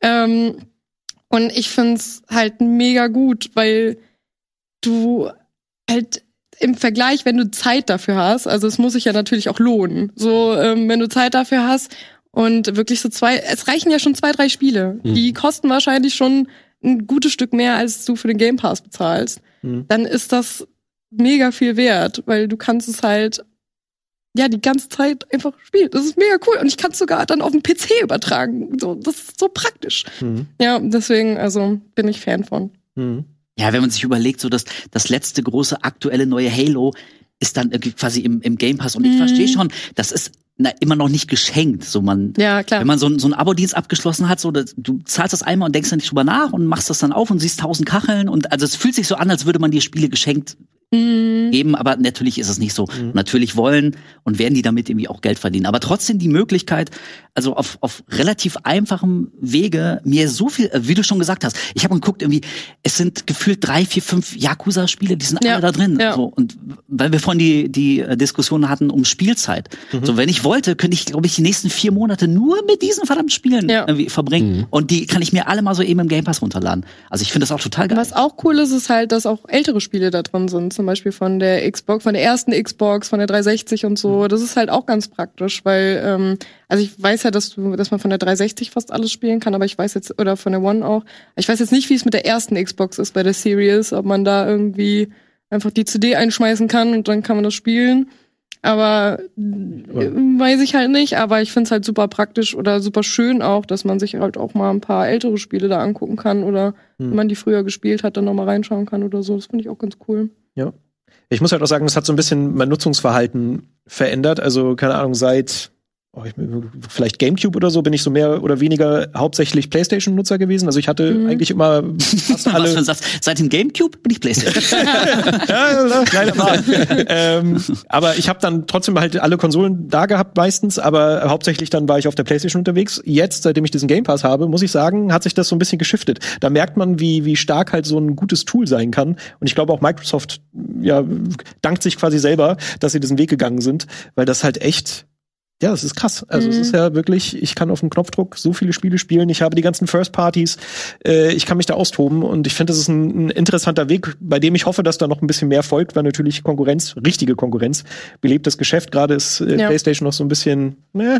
Und ich find's halt mega gut, weil du halt im Vergleich, wenn du Zeit dafür hast, also es muss sich ja natürlich auch lohnen. So, wenn du Zeit dafür hast und wirklich so es reichen ja schon 2, 3 Spiele. Die kosten wahrscheinlich schon ein gutes Stück mehr, als du für den Game Pass bezahlst. Dann ist das mega viel wert, weil du kannst es halt die ganze Zeit einfach spielen. Das ist mega cool. Und ich kann es sogar dann auf dem PC übertragen. So, das ist so praktisch. Ja, deswegen, also bin ich Fan von. Ja, wenn man sich überlegt, so das letzte große aktuelle neue Halo ist dann irgendwie quasi im Game Pass. Und ich verstehe schon, das ist immer noch nicht geschenkt. So ja, klar. Wenn man so einen Abo-Dienst abgeschlossen hat, so du zahlst das einmal und denkst dann nicht drüber nach und machst das dann auf und siehst 1000 Kacheln. Und also es fühlt sich so an, als würde man dir Spiele geschenkt geben, aber natürlich ist es nicht so. Natürlich wollen und werden die damit irgendwie auch Geld verdienen. Aber trotzdem die Möglichkeit, also auf relativ einfachem Wege mir so viel, wie du schon gesagt hast, ich habe geguckt, irgendwie, es sind gefühlt 3, 4, 5 Yakuza-Spiele, die sind alle da drin. Ja. So, und weil wir vorhin die Diskussion hatten um Spielzeit. So, wenn ich wollte, könnte ich, glaube ich, die nächsten 4 Monate nur mit diesen verdammten Spielen irgendwie verbringen. Und die kann ich mir alle mal so eben im Game Pass runterladen. Also ich finde das auch total geil. Was auch cool ist, ist halt, dass auch ältere Spiele da drin sind. Zum Beispiel von der Xbox, von der ersten Xbox, von der 360 und so. Das ist halt auch ganz praktisch, weil, also ich weiß ja, dass man von der 360 fast alles spielen kann, aber ich weiß jetzt, oder von der One auch, ich weiß jetzt nicht, wie es mit der ersten Xbox ist bei der Series, ob man da irgendwie einfach die CD einschmeißen kann und dann kann man das spielen. Aber weiß ich halt nicht, aber ich find's halt super praktisch oder super schön auch, dass man sich halt auch mal ein paar ältere Spiele da angucken kann oder wenn man die früher gespielt hat, dann noch mal reinschauen kann oder so. Das finde ich auch ganz cool. Ja. Ich muss halt auch sagen, das hat so ein bisschen mein Nutzungsverhalten verändert. Also, keine Ahnung, seit vielleicht GameCube oder so bin ich so mehr oder weniger hauptsächlich PlayStation-Nutzer gewesen. Also ich hatte eigentlich immer fast alle. Seit dem GameCube bin ich PlayStation. Aber ich habe dann trotzdem halt alle Konsolen da gehabt meistens, aber hauptsächlich dann war ich auf der PlayStation unterwegs. Jetzt, seitdem ich diesen Game Pass habe, muss ich sagen, hat sich das so ein bisschen geschiftet. Da merkt man, wie stark halt so ein gutes Tool sein kann. Und ich glaube auch Microsoft dankt sich quasi selber, dass sie diesen Weg gegangen sind, weil das halt echt Ja, das ist krass. Also es ist ja wirklich, ich kann auf dem Knopfdruck so viele Spiele spielen. Ich habe die ganzen First Parties. Ich kann mich da austoben und ich finde, das ist ein interessanter Weg, bei dem ich hoffe, dass da noch ein bisschen mehr folgt, weil natürlich Konkurrenz, richtige Konkurrenz, belebt das Geschäft. Gerade ist PlayStation noch so ein bisschen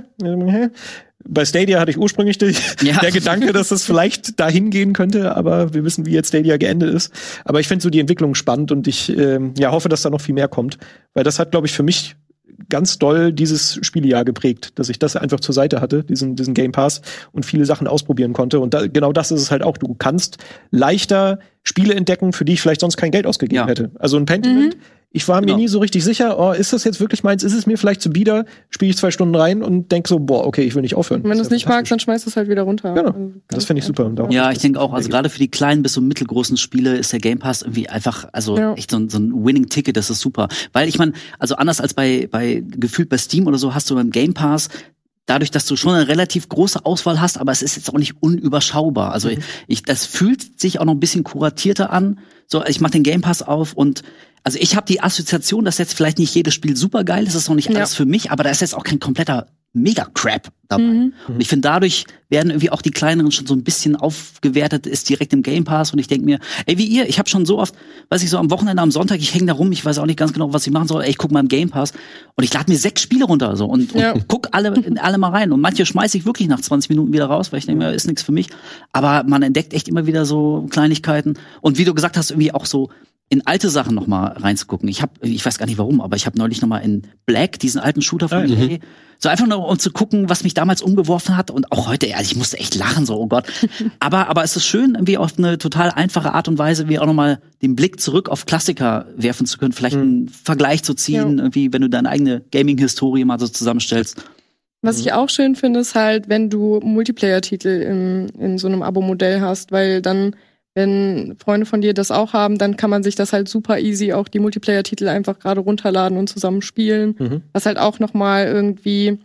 Bei Stadia hatte ich ursprünglich der Gedanke, dass das vielleicht dahin gehen könnte, aber wir wissen, wie jetzt Stadia geendet ist. Aber ich finde so die Entwicklung spannend und ich hoffe, dass da noch viel mehr kommt, weil das hat, glaube ich, für mich ganz doll dieses Spielejahr geprägt, dass ich das einfach zur Seite hatte, diesen Game Pass und viele Sachen ausprobieren konnte. Und genau das ist es halt auch. Du kannst leichter Spiele entdecken, für die ich vielleicht sonst kein Geld ausgegeben hätte. Also ein Pentiment. Ich war mir nie so richtig sicher, ist das jetzt wirklich meins? Ist es mir vielleicht zu bieder? Spiele ich 2 Stunden rein und denk so, okay, ich will nicht aufhören. Und wenn du es nicht magst, dann schmeißt du es halt wieder runter. Genau. Also, das finde ich super. Ja, ich denke auch, also gerade für die kleinen bis so mittelgroßen Spiele ist der Game Pass irgendwie einfach, echt so ein Winning-Ticket, das ist super. Weil ich meine, also anders als gefühlt bei Steam oder so, hast du beim Game Pass dadurch, dass du schon eine relativ große Auswahl hast, aber es ist jetzt auch nicht unüberschaubar. Also das fühlt sich auch noch ein bisschen kuratierter an. So, ich mache den Game Pass auf und also ich habe die Assoziation, dass jetzt vielleicht nicht jedes Spiel super geil ist, das ist noch nicht alles für mich, aber da ist jetzt auch kein kompletter Mega-Crap dabei. Und ich finde, dadurch werden irgendwie auch die kleineren schon so ein bisschen aufgewertet, ist direkt im Game Pass und ich denke mir, wie ihr, ich habe schon so oft, weiß ich so am Wochenende, am Sonntag, ich hänge da rum, ich weiß auch nicht ganz genau, was ich machen soll, ich gucke mal im Game Pass und ich lade mir 6 Spiele runter so und guck alle mal rein und manche schmeiße ich wirklich nach 20 Minuten wieder raus, weil ich denke mir, ist nichts für mich, aber man entdeckt echt immer wieder so Kleinigkeiten und wie du gesagt hast, irgendwie auch so in alte Sachen noch mal reinzugucken. Ich weiß gar nicht warum, aber ich habe neulich noch mal in Black, diesen alten Shooter von EA, so einfach nur um zu gucken, was mich damals umgeworfen hat und auch heute, ich musste echt lachen, so, oh Gott. Aber es ist schön, irgendwie auf eine total einfache Art und Weise, wie auch noch mal den Blick zurück auf Klassiker werfen zu können, vielleicht einen Vergleich zu ziehen, irgendwie, wenn du deine eigene Gaming-Historie mal so zusammenstellst. Was ich auch schön finde, ist halt, wenn du Multiplayer-Titel in so einem Abo-Modell hast, weil dann, wenn Freunde von dir das auch haben, dann kann man sich das halt super easy auch die Multiplayer-Titel einfach gerade runterladen und zusammen spielen. Was halt auch nochmal irgendwie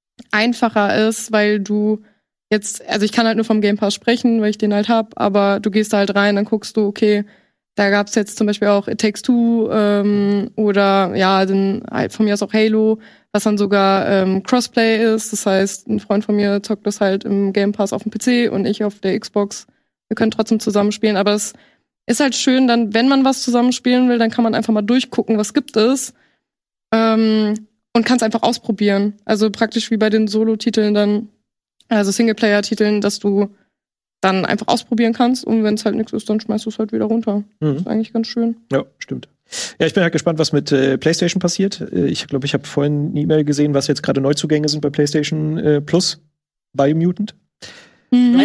einfacher ist, weil du jetzt, also ich kann halt nur vom Game Pass sprechen, weil ich den halt hab, aber du gehst da halt rein, dann guckst du, okay, da gab's jetzt zum Beispiel auch It Takes Two oder dann halt von mir aus auch Halo, was dann sogar Crossplay ist. Das heißt, ein Freund von mir zockt das halt im Game Pass auf dem PC und ich auf der Xbox. Wir können trotzdem zusammenspielen, aber es ist halt schön, dann, wenn man was zusammenspielen will, dann kann man einfach mal durchgucken, was gibt es und kann es einfach ausprobieren. Also praktisch wie bei den Solo-Titeln dann, also Singleplayer-Titeln, dass du dann einfach ausprobieren kannst und wenn es halt nichts ist, dann schmeißt du es halt wieder runter. Das ist eigentlich ganz schön. Ja, stimmt. Ja, ich bin halt gespannt, was mit PlayStation passiert. Ich glaube, ich habe vorhin eine E-Mail gesehen, was jetzt gerade Neuzugänge sind bei PlayStation Plus, Biomutant. Nö,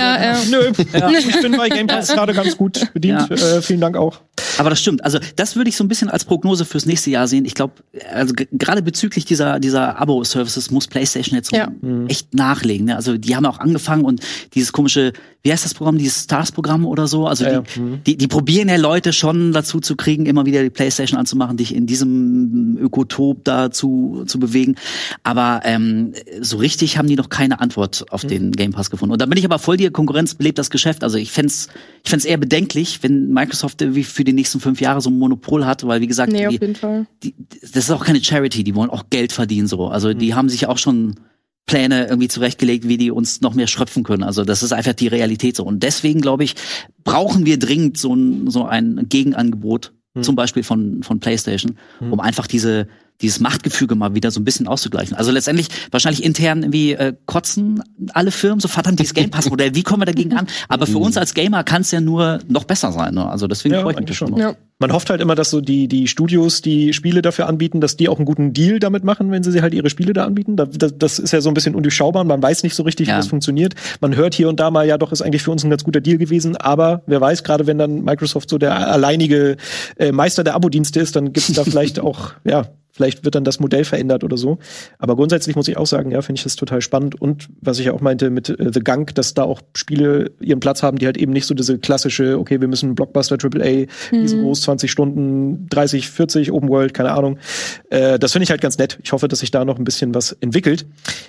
ich bin bei Game Pass gerade ganz gut bedient. Vielen Dank auch. Aber das stimmt. Also das würde ich so ein bisschen als Prognose fürs nächste Jahr sehen. Ich glaube, also gerade bezüglich dieser Abo-Services muss PlayStation jetzt echt nachlegen. Ne? Also die haben auch angefangen und dieses komische, wie heißt das Programm, dieses Stars-Programm oder so. Also die probieren ja Leute schon dazu zu kriegen, immer wieder die PlayStation anzumachen, dich in diesem Ökotop da zu bewegen. Aber so richtig haben die noch keine Antwort auf den Game Pass gefunden. Und da bin ich aber voll, die Konkurrenz belebt das Geschäft. Also ich fänd's eher bedenklich, wenn Microsoft irgendwie für die nächsten 5 Jahre so ein Monopol hat, weil wie gesagt, auf jeden Fall. Das ist auch keine Charity, die wollen auch Geld verdienen so. Also die haben sich auch schon Pläne irgendwie zurechtgelegt, wie die uns noch mehr schröpfen können. Also das ist einfach die Realität so. Und deswegen, glaube ich, brauchen wir dringend so ein Gegenangebot, zum Beispiel von PlayStation, um einfach dieses Machtgefüge mal wieder so ein bisschen auszugleichen. Also letztendlich wahrscheinlich intern irgendwie kotzen alle Firmen, so verdammt dieses Game Pass Modell, wie kommen wir dagegen an? Aber für uns als Gamer kann es ja nur noch besser sein. Ne? Also deswegen freue ich mich schon. Ja. Man hofft halt immer, dass so die Studios, die Spiele dafür anbieten, dass die auch einen guten Deal damit machen, wenn sie halt ihre Spiele da anbieten. Das ist ja so ein bisschen undurchschaubar. Man weiß nicht so richtig, wie das funktioniert. Man hört hier und da mal, ja doch, ist eigentlich für uns ein ganz guter Deal gewesen. Aber wer weiß, gerade wenn dann Microsoft so der alleinige Meister der Abo-Dienste ist, dann gibt es da vielleicht auch, vielleicht wird dann das Modell verändert oder so. Aber grundsätzlich muss ich auch sagen, finde ich das total spannend. Und was ich ja auch meinte mit The Gunk, dass da auch Spiele ihren Platz haben, die halt eben nicht so diese klassische, okay, wir müssen Blockbuster, AAA, riesengroß, 20 Stunden, 30, 40, Open World, keine Ahnung. Das finde ich halt ganz nett. Ich hoffe, dass sich da noch ein bisschen was entwickelt.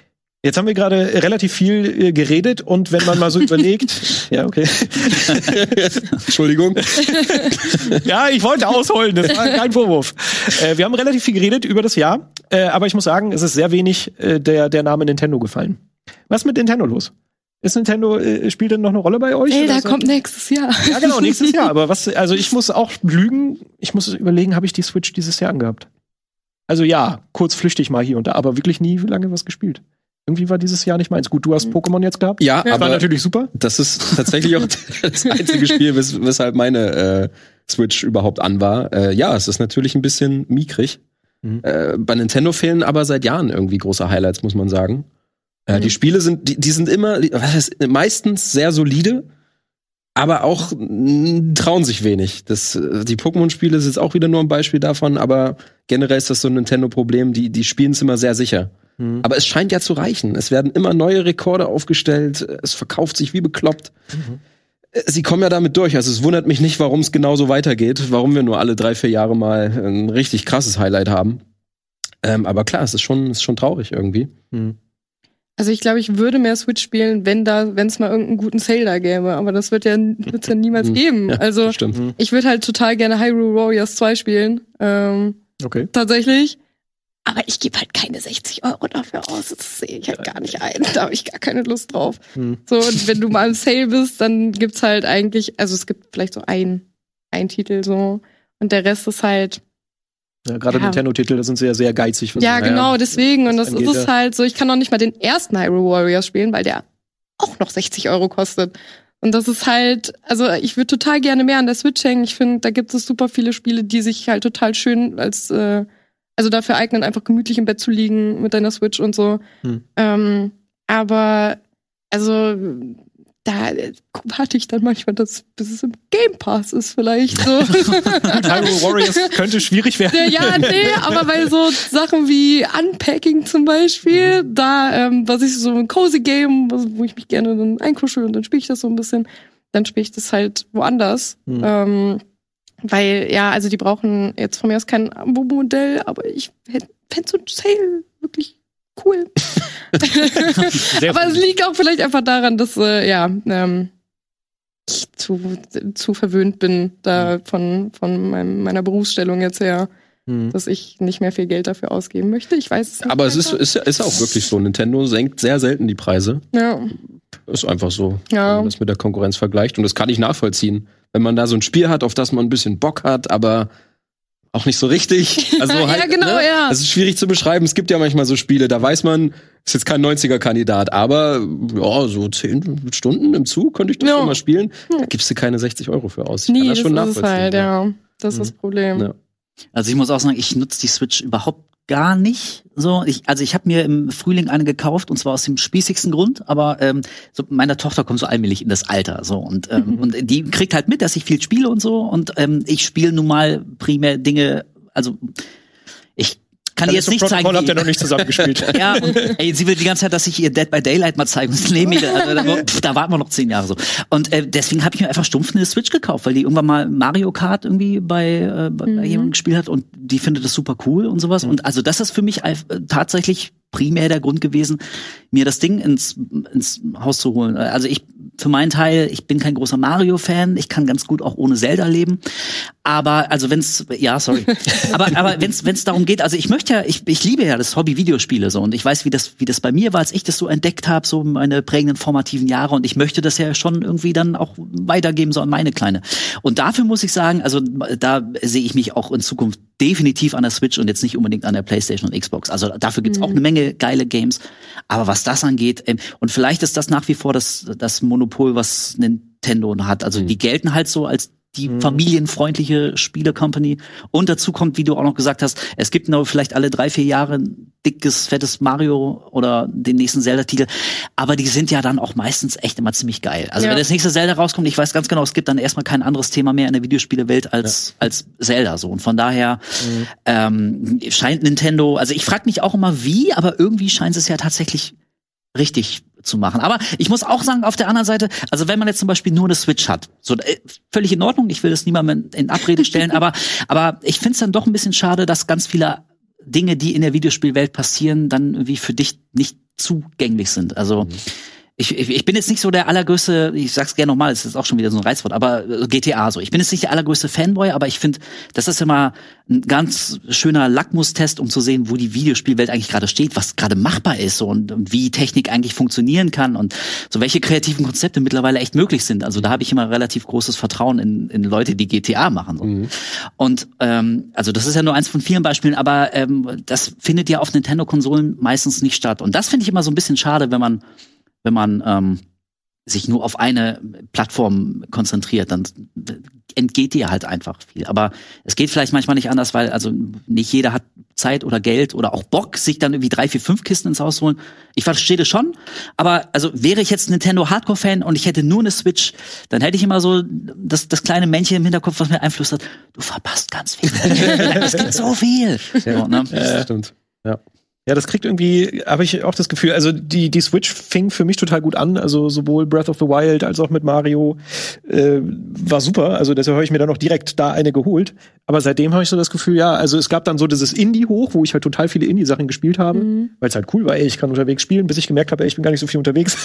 Jetzt haben wir gerade relativ viel geredet und wenn man mal so überlegt, ja, okay. Entschuldigung. Ja, ich wollte ausholen, das war kein Vorwurf. Wir haben relativ viel geredet über das Jahr, aber ich muss sagen, es ist sehr wenig der Name Nintendo gefallen. Was ist mit Nintendo los? Ist Nintendo, spielt denn noch eine Rolle bei euch? Da kommt nächstes Jahr. Ja, genau, nächstes Jahr. Aber also ich muss auch lügen, ich muss überlegen, habe ich die Switch dieses Jahr angehabt? Also ja, kurz flüchtig mal hier und da, aber wirklich nie lange was gespielt. Irgendwie war dieses Jahr nicht meins. Gut, du hast Pokémon jetzt gehabt. Ja, aber war natürlich super. Das ist tatsächlich auch das einzige Spiel, weshalb meine Switch überhaupt an war. Ja, es ist natürlich ein bisschen mickrig. Bei Nintendo fehlen aber seit Jahren irgendwie große Highlights, muss man sagen. Die Spiele sind, die sind immer, meistens sehr solide, aber auch trauen sich wenig. Die Pokémon-Spiele sind jetzt auch wieder nur ein Beispiel davon, aber generell ist das so ein Nintendo-Problem, die spielen es immer sehr sicher. Aber es scheint ja zu reichen. Es werden immer neue Rekorde aufgestellt, es verkauft sich wie bekloppt. Sie kommen ja damit durch. Also es wundert mich nicht, warum es genauso weitergeht, warum wir nur alle 3-4 Jahre mal ein richtig krasses Highlight haben. Aber klar, es ist schon traurig irgendwie. Also ich glaube, ich würde mehr Switch spielen, wenn es mal irgendeinen guten Sale da gäbe. Aber das wird's ja niemals geben. Ja, also stimmt. Ich würde halt total gerne Hyrule Warriors 2 spielen. Okay. Tatsächlich. Aber ich gebe halt keine 60 € dafür aus. Das sehe ich halt gar nicht ein. Da habe ich gar keine Lust drauf. So, und wenn du mal im Sale bist, dann gibt's halt eigentlich, also es gibt vielleicht so ein Titel so. Und der Rest ist halt. Ja, gerade Nintendo-Titel, da sind sie ja sehr geizig. Ja, genau, deswegen. Und das ist es halt so, ich kann noch nicht mal den ersten Hyrule Warriors spielen, weil der auch noch 60 € kostet. Und das ist halt, also ich würde total gerne mehr an der Switch hängen. Ich finde, da gibt es super viele Spiele, die sich halt total schön also dafür eignen, einfach gemütlich im Bett zu liegen mit deiner Switch und so. Aber, also, da warte ich dann manchmal, bis es im Game Pass ist vielleicht so. Hyrule Warriors könnte schwierig werden. Ja, nee, aber bei so Sachen wie Unpacking zum Beispiel, da, was ich so ein Cozy Game, wo ich mich gerne dann einkuschel und dann spiele ich das so ein bisschen, dann spiele ich das halt woanders. Weil, ja, also die brauchen jetzt von mir aus kein Abo-Modell, aber ich fände so ein Sale wirklich cool. Aber es liegt auch vielleicht einfach daran, dass, ich zu verwöhnt bin da von meiner Berufsstellung jetzt her, dass ich nicht mehr viel Geld dafür ausgeben möchte. Ich weiß es nicht. Aber es ist auch wirklich so. Nintendo senkt sehr selten die Preise. Ja. Ist einfach so, wenn Ja. man das mit der Konkurrenz vergleicht. Und das kann ich nachvollziehen. Wenn man da so ein Spiel hat, auf das man ein bisschen Bock hat, aber auch nicht so richtig. Also halt, Ja, genau, ja. Das ist schwierig zu beschreiben. Es gibt ja manchmal so Spiele, da weiß man, ist jetzt kein 90er-Kandidat, aber ja, so 10 Stunden im Zug könnte ich das Ja. schon mal spielen. Da gibst du keine 60 € für aus. Ich Nee, kann das das schon ist es nachvollziehen. halt, ja. Das ist das Problem. Ja. Also ich muss auch sagen, ich nutze die Switch überhaupt gar nicht. So, ich habe mir im Frühling eine gekauft und zwar aus dem spießigsten Grund, aber so meine Tochter kommt so allmählich in das Alter so und die kriegt halt mit, dass ich viel spiele und so und ich spiele nun mal primär Dinge, also ich kann dir jetzt nicht zeigen, habt ihr noch nicht zusammengespielt. ja, und sie will die ganze Zeit, dass ich ihr Dead by Daylight mal zeigen muss. Nee, da warten wir noch 10 Jahre so. Und deswegen habe ich mir einfach stumpf eine Switch gekauft, weil die irgendwann mal Mario Kart irgendwie bei jemandem gespielt hat und die findet das super cool und sowas. Und also das ist für mich tatsächlich primär der Grund gewesen, mir das Ding ins Haus zu holen. Also für meinen Teil, ich bin kein großer Mario-Fan, ich kann ganz gut auch ohne Zelda leben. Aber also aber wenn's darum geht, also ich liebe ja das Hobby Videospiele so und ich weiß, wie das bei mir war, als ich das so entdeckt habe, so meine prägenden formativen Jahre und ich möchte das ja schon irgendwie dann auch weitergeben so an meine Kleine. Und dafür muss ich sagen, also da sehe ich mich auch in Zukunft definitiv an der Switch und jetzt nicht unbedingt an der PlayStation und Xbox. Also dafür gibt's auch eine Menge geile Games. Aber was das angeht, und vielleicht ist das nach wie vor das Monopol, was Nintendo hat. Also die gelten halt so als die familienfreundliche Spiele-Company. Und dazu kommt, wie du auch noch gesagt hast, es gibt noch vielleicht alle 3-4 Jahre ein dickes, fettes Mario oder den nächsten Zelda-Titel. Aber die sind ja dann auch meistens echt immer ziemlich geil. Also wenn das nächste Zelda rauskommt, ich weiß ganz genau, es gibt dann erstmal kein anderes Thema mehr in der Videospielewelt als Zelda so. Und von daher scheint Nintendo, also ich frage mich auch immer wie, aber irgendwie scheint es ja tatsächlich richtig zu machen. Aber ich muss auch sagen, auf der anderen Seite, also wenn man jetzt zum Beispiel nur eine Switch hat, so völlig in Ordnung, ich will das niemandem in Abrede stellen, aber ich finde es dann doch ein bisschen schade, dass ganz viele Dinge, die in der Videospielwelt passieren, dann irgendwie für dich nicht zugänglich sind. Also ich bin jetzt nicht so der allergrößte, ich sag's gerne nochmal, das ist auch schon wieder so ein Reizwort, aber GTA so. Ich bin jetzt nicht der allergrößte Fanboy, aber ich finde, das ist immer ein ganz schöner Lackmustest, um zu sehen, wo die Videospielwelt eigentlich gerade steht, was gerade machbar ist so, und wie Technik eigentlich funktionieren kann und so welche kreativen Konzepte mittlerweile echt möglich sind. Also da habe ich immer relativ großes Vertrauen in Leute, die GTA machen. So. Und also das ist ja nur eins von vielen Beispielen, aber das findet ja auf Nintendo-Konsolen meistens nicht statt. Und das finde ich immer so ein bisschen schade, wenn man sich nur auf eine Plattform konzentriert, dann entgeht dir halt einfach viel. Aber es geht vielleicht manchmal nicht anders, weil also nicht jeder hat Zeit oder Geld oder auch Bock, sich dann irgendwie 3, 4, 5 Kisten ins Haus zu holen. Ich verstehe das schon, aber also wäre ich jetzt Nintendo Hardcore-Fan und ich hätte nur eine Switch, dann hätte ich immer so das kleine Männchen im Hinterkopf, was mir einflüstert, du verpasst ganz viel. Es gibt so viel. Ja, so, ne? Stimmt. Ja. Ja, das kriegt irgendwie, habe ich auch das Gefühl, also die Switch fing für mich total gut an, also sowohl Breath of the Wild als auch mit Mario war super, also deshalb habe ich mir dann auch direkt da eine geholt, aber seitdem habe ich so das Gefühl, ja, also es gab dann so dieses Indie-Hoch, wo ich halt total viele Indie-Sachen gespielt habe, weil es halt cool war, ey, ich kann unterwegs spielen, bis ich gemerkt habe, ey, ich bin gar nicht so viel unterwegs.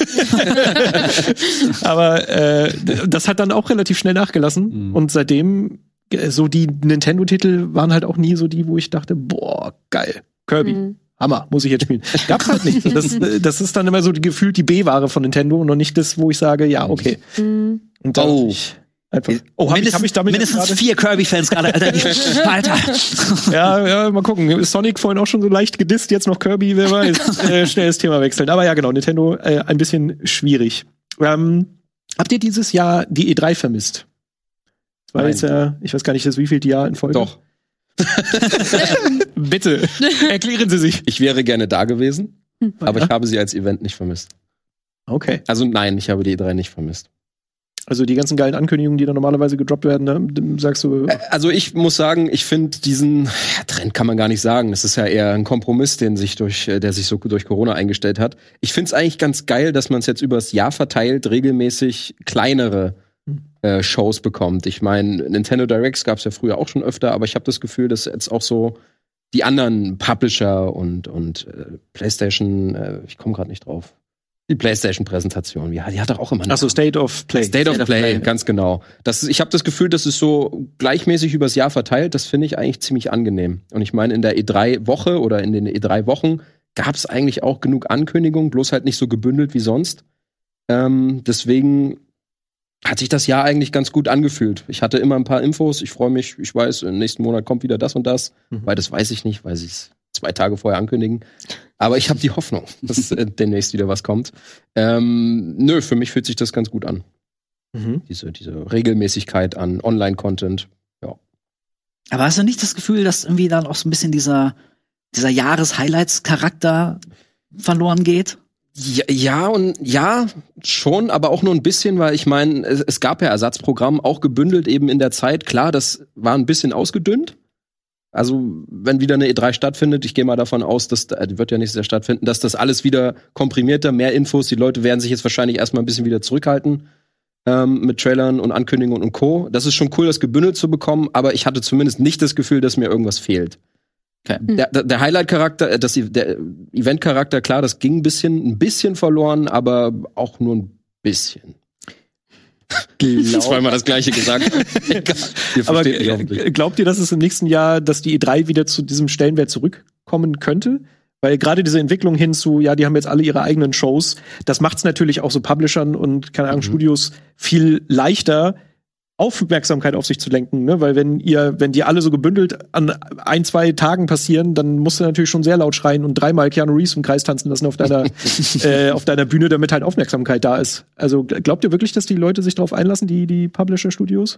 Aber das hat dann auch relativ schnell nachgelassen und seitdem so die Nintendo-Titel waren halt auch nie so die, wo ich dachte, boah, geil, Kirby. Hammer, muss ich jetzt spielen. Gab's halt nicht. Das ist dann immer so gefühlt die B-Ware von Nintendo und noch nicht das, wo ich sage, ja, okay. Und dann einfach, hab ich damit mindestens 4 Kirby-Fans gerade, Alter. Ja, mal gucken. Sonic vorhin auch schon so leicht gedisst, jetzt noch Kirby, wer weiß. Schnell das Thema wechseln. Aber ja, genau, Nintendo ein bisschen schwierig. Habt ihr dieses Jahr die E3 vermisst? Das war jetzt ja, ich weiß gar nicht, das wievielte Jahr in Folge. Doch. Bitte, erklären Sie sich. Ich wäre gerne da gewesen, aber ich habe sie als Event nicht vermisst. Okay. Also nein, ich habe die E3 nicht vermisst. Also die ganzen geilen Ankündigungen, die da normalerweise gedroppt werden, ne? Sagst du? Also ich muss sagen, ich finde diesen Trend kann man gar nicht sagen. Das ist ja eher ein Kompromiss, der sich so durch Corona eingestellt hat. Ich finde es eigentlich ganz geil, dass man es jetzt übers Jahr verteilt regelmäßig kleinere Shows bekommt. Ich meine, Nintendo Directs gab es ja früher auch schon öfter, aber ich habe das Gefühl, dass jetzt auch so die anderen Publisher und PlayStation, ich komme gerade nicht drauf. Die PlayStation-Präsentation, die hat doch auch immer. Achso, State of Play. State of Play, ganz genau. Ich habe das Gefühl, das ist so gleichmäßig übers Jahr verteilt. Das finde ich eigentlich ziemlich angenehm. Und ich meine, in der E3-Woche oder in den E3-Wochen gab es eigentlich auch genug Ankündigungen, bloß halt nicht so gebündelt wie sonst. Deswegen hat sich das Jahr eigentlich ganz gut angefühlt. Ich hatte immer ein paar Infos. Ich freue mich. Ich weiß, im nächsten Monat kommt wieder das und das. Weil das weiß ich nicht, weil sie es 2 Tage vorher ankündigen. Aber ich habe die Hoffnung, dass demnächst wieder was kommt. Für mich fühlt sich das ganz gut an. Diese Regelmäßigkeit an Online-Content. Ja. Aber hast du nicht das Gefühl, dass irgendwie dann auch so ein bisschen dieser Jahres-Highlights-Charakter verloren geht? Ja, schon, aber auch nur ein bisschen, weil ich meine, es gab ja Ersatzprogramm, auch gebündelt eben in der Zeit. Klar, das war ein bisschen ausgedünnt. Also, wenn wieder eine E3 stattfindet, ich gehe mal davon aus, die wird ja nächstes Jahr stattfinden, dass das alles wieder komprimierter, mehr Infos, die Leute werden sich jetzt wahrscheinlich erstmal ein bisschen wieder zurückhalten mit Trailern und Ankündigungen und Co. Das ist schon cool, das gebündelt zu bekommen, aber ich hatte zumindest nicht das Gefühl, dass mir irgendwas fehlt. Okay. Der Highlight-Charakter, der Event-Charakter, klar, das ging ein bisschen verloren, aber auch nur ein bisschen. Zweimal das Gleiche gesagt. Aber glaubt ihr, dass es im nächsten Jahr, dass die E3 wieder zu diesem Stellenwert zurückkommen könnte? Weil gerade diese Entwicklung hin zu, ja, die haben jetzt alle ihre eigenen Shows, das macht's natürlich auch so Publishern und, keine Ahnung, Studios viel leichter, Aufmerksamkeit auf sich zu lenken, ne? Weil wenn die alle so gebündelt an 1, 2 Tagen passieren, dann musst du natürlich schon sehr laut schreien und 3-mal Keanu Reeves im Kreis tanzen lassen auf deiner Bühne, damit halt Aufmerksamkeit da ist. Also glaubt ihr wirklich, dass die Leute sich darauf einlassen, die Publisher-Studios?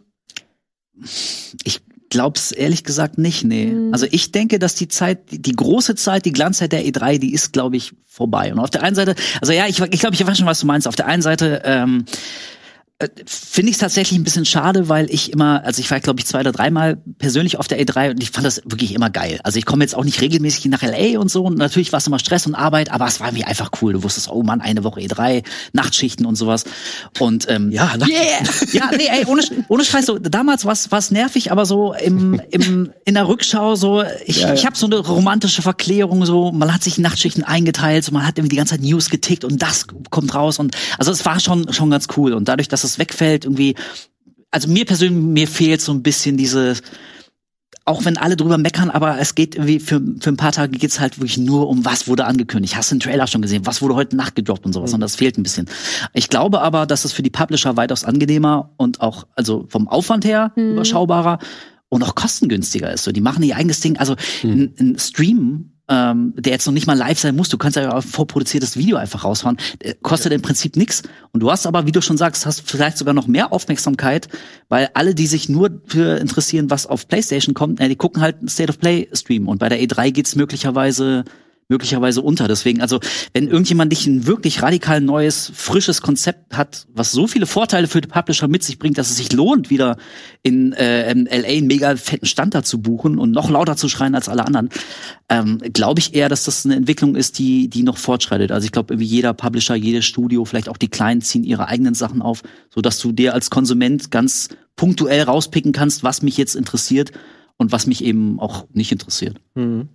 Ich glaub's ehrlich gesagt nicht, nee. Also ich denke, dass die große Zeit, die Glanzzeit der E3, die ist, glaube ich, vorbei. Und auf der einen Seite, also ja, ich glaube, ich weiß schon, was du meinst. Auf der einen Seite finde ich es tatsächlich ein bisschen schade, weil ich war, glaube ich, 2 oder 3 Mal persönlich auf der E3 und ich fand das wirklich immer geil. Also ich komme jetzt auch nicht regelmäßig nach LA und so und natürlich war es immer Stress und Arbeit, aber es war mir einfach cool. Du wusstest, oh Mann, eine Woche E3, Nachtschichten und sowas. Und ja, nee, ey, ohne Scheiß, so damals war's nervig, aber so in der Rückschau so, ich habe so eine romantische Verklärung, so man hat sich Nachtschichten eingeteilt, so man hat irgendwie die ganze Zeit News getickt und das kommt raus und also es war schon ganz cool und dadurch, dass es wegfällt, irgendwie, also mir persönlich, mir fehlt so ein bisschen diese, auch wenn alle drüber meckern, aber es geht irgendwie, für ein paar Tage geht's halt wirklich nur um, was wurde angekündigt. Hast du den Trailer schon gesehen? Was wurde heute Nacht gedroppt und sowas? Und das fehlt ein bisschen. Ich glaube aber, dass es für die Publisher weitaus angenehmer und auch, also vom Aufwand her überschaubarer und auch kostengünstiger ist. So, die machen ihr eigenes Ding. Also ein Stream, der jetzt noch nicht mal live sein muss, du kannst ja ein vorproduziertes Video einfach raushauen, kostet im Prinzip nichts. Und du hast aber, wie du schon sagst, hast vielleicht sogar noch mehr Aufmerksamkeit, weil alle, die sich nur für interessieren, was auf PlayStation kommt, die gucken halt einen State of Play Stream. Und bei der E3 geht's möglicherweise unter. Deswegen, also, wenn irgendjemand nicht ein wirklich radikal neues, frisches Konzept hat, was so viele Vorteile für die Publisher mit sich bringt, dass es sich lohnt, wieder in LA einen mega fetten Stand da zu buchen und noch lauter zu schreien als alle anderen, glaube ich eher, dass das eine Entwicklung ist, die noch fortschreitet. Also ich glaube, irgendwie jeder Publisher, jedes Studio, vielleicht auch die Kleinen ziehen ihre eigenen Sachen auf, sodass du dir als Konsument ganz punktuell rauspicken kannst, was mich jetzt interessiert und was mich eben auch nicht interessiert. Mhm.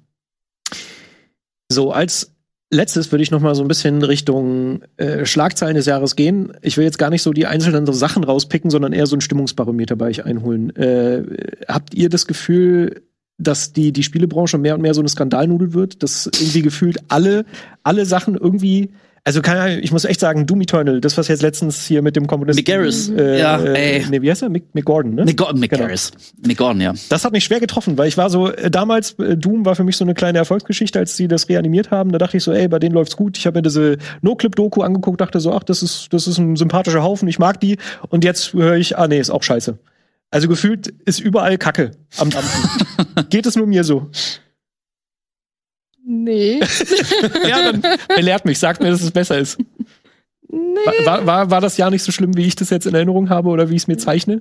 So, als letztes würde ich noch mal so ein bisschen Richtung Schlagzeilen des Jahres gehen. Ich will jetzt gar nicht so die einzelnen Sachen rauspicken, sondern eher so ein Stimmungsbarometer bei euch einholen. Habt ihr das Gefühl, dass die Spielebranche mehr und mehr so eine Skandalnudel wird? Dass irgendwie gefühlt alle Sachen irgendwie, also ich muss echt sagen, Doom Eternal, das was jetzt letztens hier mit dem Komponisten Mick Garris, nee, wie heißt er? Mick Gordon, ne? Mick Garris. Mick Gordon, ja. Das hat mich schwer getroffen, weil ich war so, damals, Doom war für mich so eine kleine Erfolgsgeschichte, als sie das reanimiert haben. Da dachte ich so, bei denen läuft's gut. Ich habe mir diese No-Clip-Doku angeguckt, dachte so, ach, das ist ein sympathischer Haufen, ich mag die. Und jetzt höre ich, nee, ist auch scheiße. Also gefühlt ist überall Kacke am Dampfen. Geht es nur mir so? Nee. Ja, dann belehrt mich, sagt mir, dass es besser ist. Nee. War das Jahr nicht so schlimm, wie ich das jetzt in Erinnerung habe oder wie ich es mir zeichne?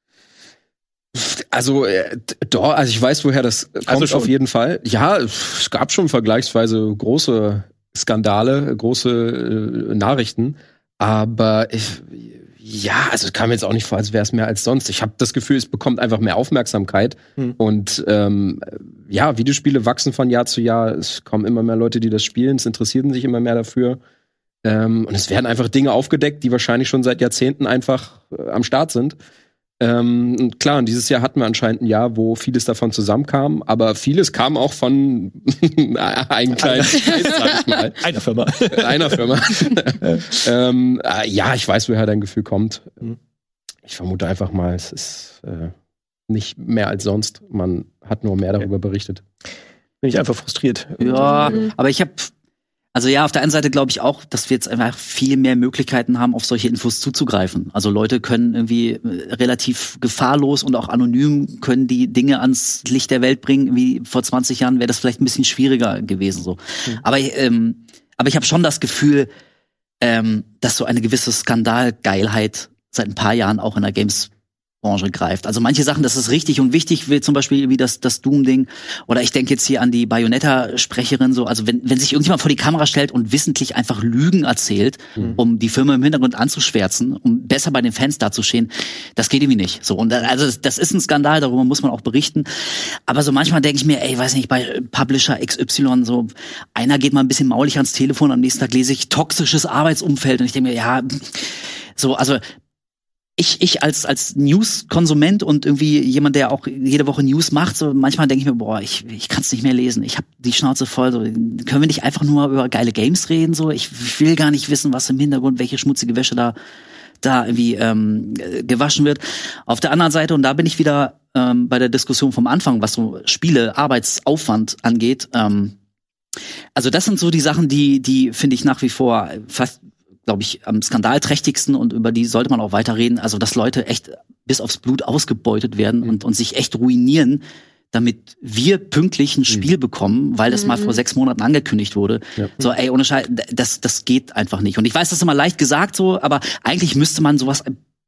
Also, doch, also ich weiß, woher das kommt, auf jeden Fall. Ja, es gab schon vergleichsweise große Skandale, große Nachrichten, aber also es kam jetzt auch nicht vor, als wäre es mehr als sonst. Ich habe das Gefühl, es bekommt einfach mehr Aufmerksamkeit. Und Videospiele wachsen von Jahr zu Jahr. Es kommen immer mehr Leute, die das spielen. Es interessieren sich immer mehr dafür. Und es werden einfach Dinge aufgedeckt, die wahrscheinlich schon seit Jahrzehnten einfach am Start sind. Und klar, und dieses Jahr hatten wir anscheinend ein Jahr, wo vieles davon zusammenkam, aber vieles kam auch von einem kleinen Kreis, sag ich mal. Einer Firma. Ich weiß, woher dein Gefühl kommt. Ich vermute einfach mal, es ist nicht mehr als sonst. Man hat nur mehr darüber berichtet. Bin ich einfach frustriert. Ja, aber auf der einen Seite glaube ich auch, dass wir jetzt einfach viel mehr Möglichkeiten haben, auf solche Infos zuzugreifen. Also Leute können irgendwie relativ gefahrlos und auch anonym können die Dinge ans Licht der Welt bringen. Wie vor 20 Jahren wäre das vielleicht ein bisschen schwieriger gewesen so. Aber ich habe schon das Gefühl, dass so eine gewisse Skandalgeilheit seit ein paar Jahren auch in der Games-Branche greift. Also manche Sachen, das ist richtig und wichtig, wie zum Beispiel wie das Doom-Ding. Oder ich denke jetzt hier an die Bayonetta-Sprecherin so. Also wenn sich irgendjemand vor die Kamera stellt und wissentlich einfach Lügen erzählt, um die Firma im Hintergrund anzuschwärzen, um besser bei den Fans dazustehen, das geht irgendwie nicht. So, und also das ist ein Skandal, darüber muss man auch berichten. Aber so manchmal denke ich mir, weiß nicht, bei Publisher XY so, einer geht mal ein bisschen maulig ans Telefon, am nächsten Tag lese ich toxisches Arbeitsumfeld und ich denke mir, ich als News-Konsument und irgendwie jemand, der auch jede Woche News macht, so manchmal denke ich mir, ich kann es nicht mehr lesen. Ich habe die Schnauze voll. So, können wir nicht einfach nur über geile Games reden? So, ich will gar nicht wissen, was im Hintergrund, welche schmutzige Wäsche da irgendwie gewaschen wird. Auf der anderen Seite, und da bin ich wieder bei der Diskussion vom Anfang, was so Spiele, Arbeitsaufwand angeht. Also das sind so die Sachen, die finde ich nach wie vor fast, glaube ich, am skandalträchtigsten und über die sollte man auch weiter reden. Also, dass Leute echt bis aufs Blut ausgebeutet werden und sich echt ruinieren, damit wir pünktlich ein Spiel bekommen, weil das mal vor 6 Monaten angekündigt wurde. Ja. So, ohne Scheiß, das geht einfach nicht. Und ich weiß, das ist immer leicht gesagt so, aber eigentlich müsste man sowas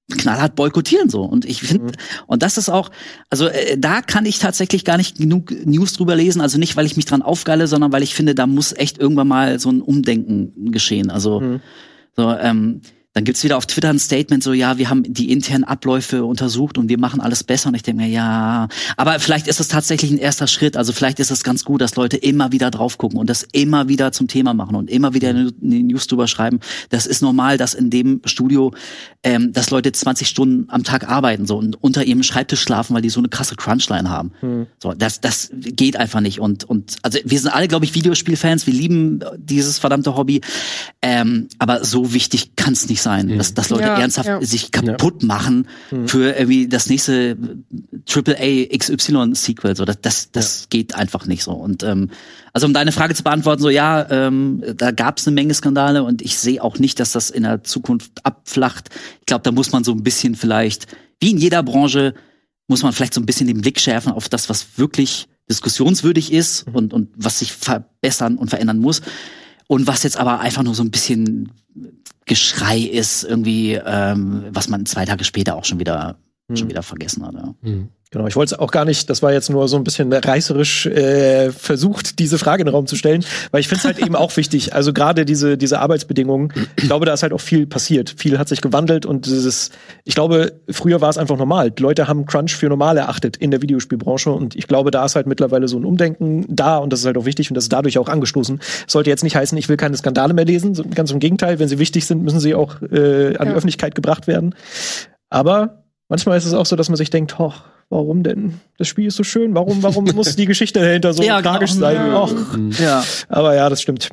knallhart boykottieren so. Und ich finde, und das ist auch, also da kann ich tatsächlich gar nicht genug News drüber lesen. Also nicht, weil ich mich dran aufgeile, sondern weil ich finde, da muss echt irgendwann mal so ein Umdenken geschehen. Also dann gibt's wieder auf Twitter ein Statement so, ja, wir haben die internen Abläufe untersucht und wir machen alles besser. Und ich denke mir, ja, aber vielleicht ist es tatsächlich ein erster Schritt. Also vielleicht ist es ganz gut, dass Leute immer wieder drauf gucken und das immer wieder zum Thema machen und immer wieder in die News drüber schreiben. Das ist normal, dass in dem Studio, dass Leute 20 Stunden am Tag arbeiten so und unter ihrem Schreibtisch schlafen, weil die so eine krasse Crunchline haben. So, das geht einfach nicht. Und also wir sind alle, glaube ich, Videospielfans. Wir lieben dieses verdammte Hobby. Aber so wichtig kann es nicht sein, dass Leute ernsthaft sich kaputt machen für irgendwie das nächste AAA XY Sequel. So, das geht einfach nicht so. Und also um deine Frage zu beantworten, so da gab es eine Menge Skandale und ich sehe auch nicht, dass das in der Zukunft abflacht. Ich glaube, da muss man so ein bisschen vielleicht, wie in jeder Branche, muss man vielleicht so ein bisschen den Blick schärfen auf das, was wirklich diskussionswürdig ist und was sich verbessern und verändern muss. Und was jetzt aber einfach nur so ein bisschen Geschrei ist, irgendwie, was man 2 Tage später auch schon wieder vergessen hat. Ja. Genau, ich wollte es auch gar nicht, das war jetzt nur so ein bisschen reißerisch versucht, diese Frage in den Raum zu stellen, weil ich finde es halt eben auch wichtig, also gerade diese Arbeitsbedingungen, ich glaube, da ist halt auch viel passiert, viel hat sich gewandelt und ich glaube, früher war es einfach normal, die Leute haben Crunch für normal erachtet in der Videospielbranche und ich glaube, da ist halt mittlerweile so ein Umdenken da und das ist halt auch wichtig und das ist dadurch auch angestoßen. Das sollte jetzt nicht heißen, ich will keine Skandale mehr lesen, ganz im Gegenteil, wenn sie wichtig sind, müssen sie auch an die Öffentlichkeit gebracht werden, aber manchmal ist es auch so, dass man sich denkt, warum denn? Das Spiel ist so schön. Warum muss die Geschichte dahinter so tragisch sein? Aber ja, das stimmt.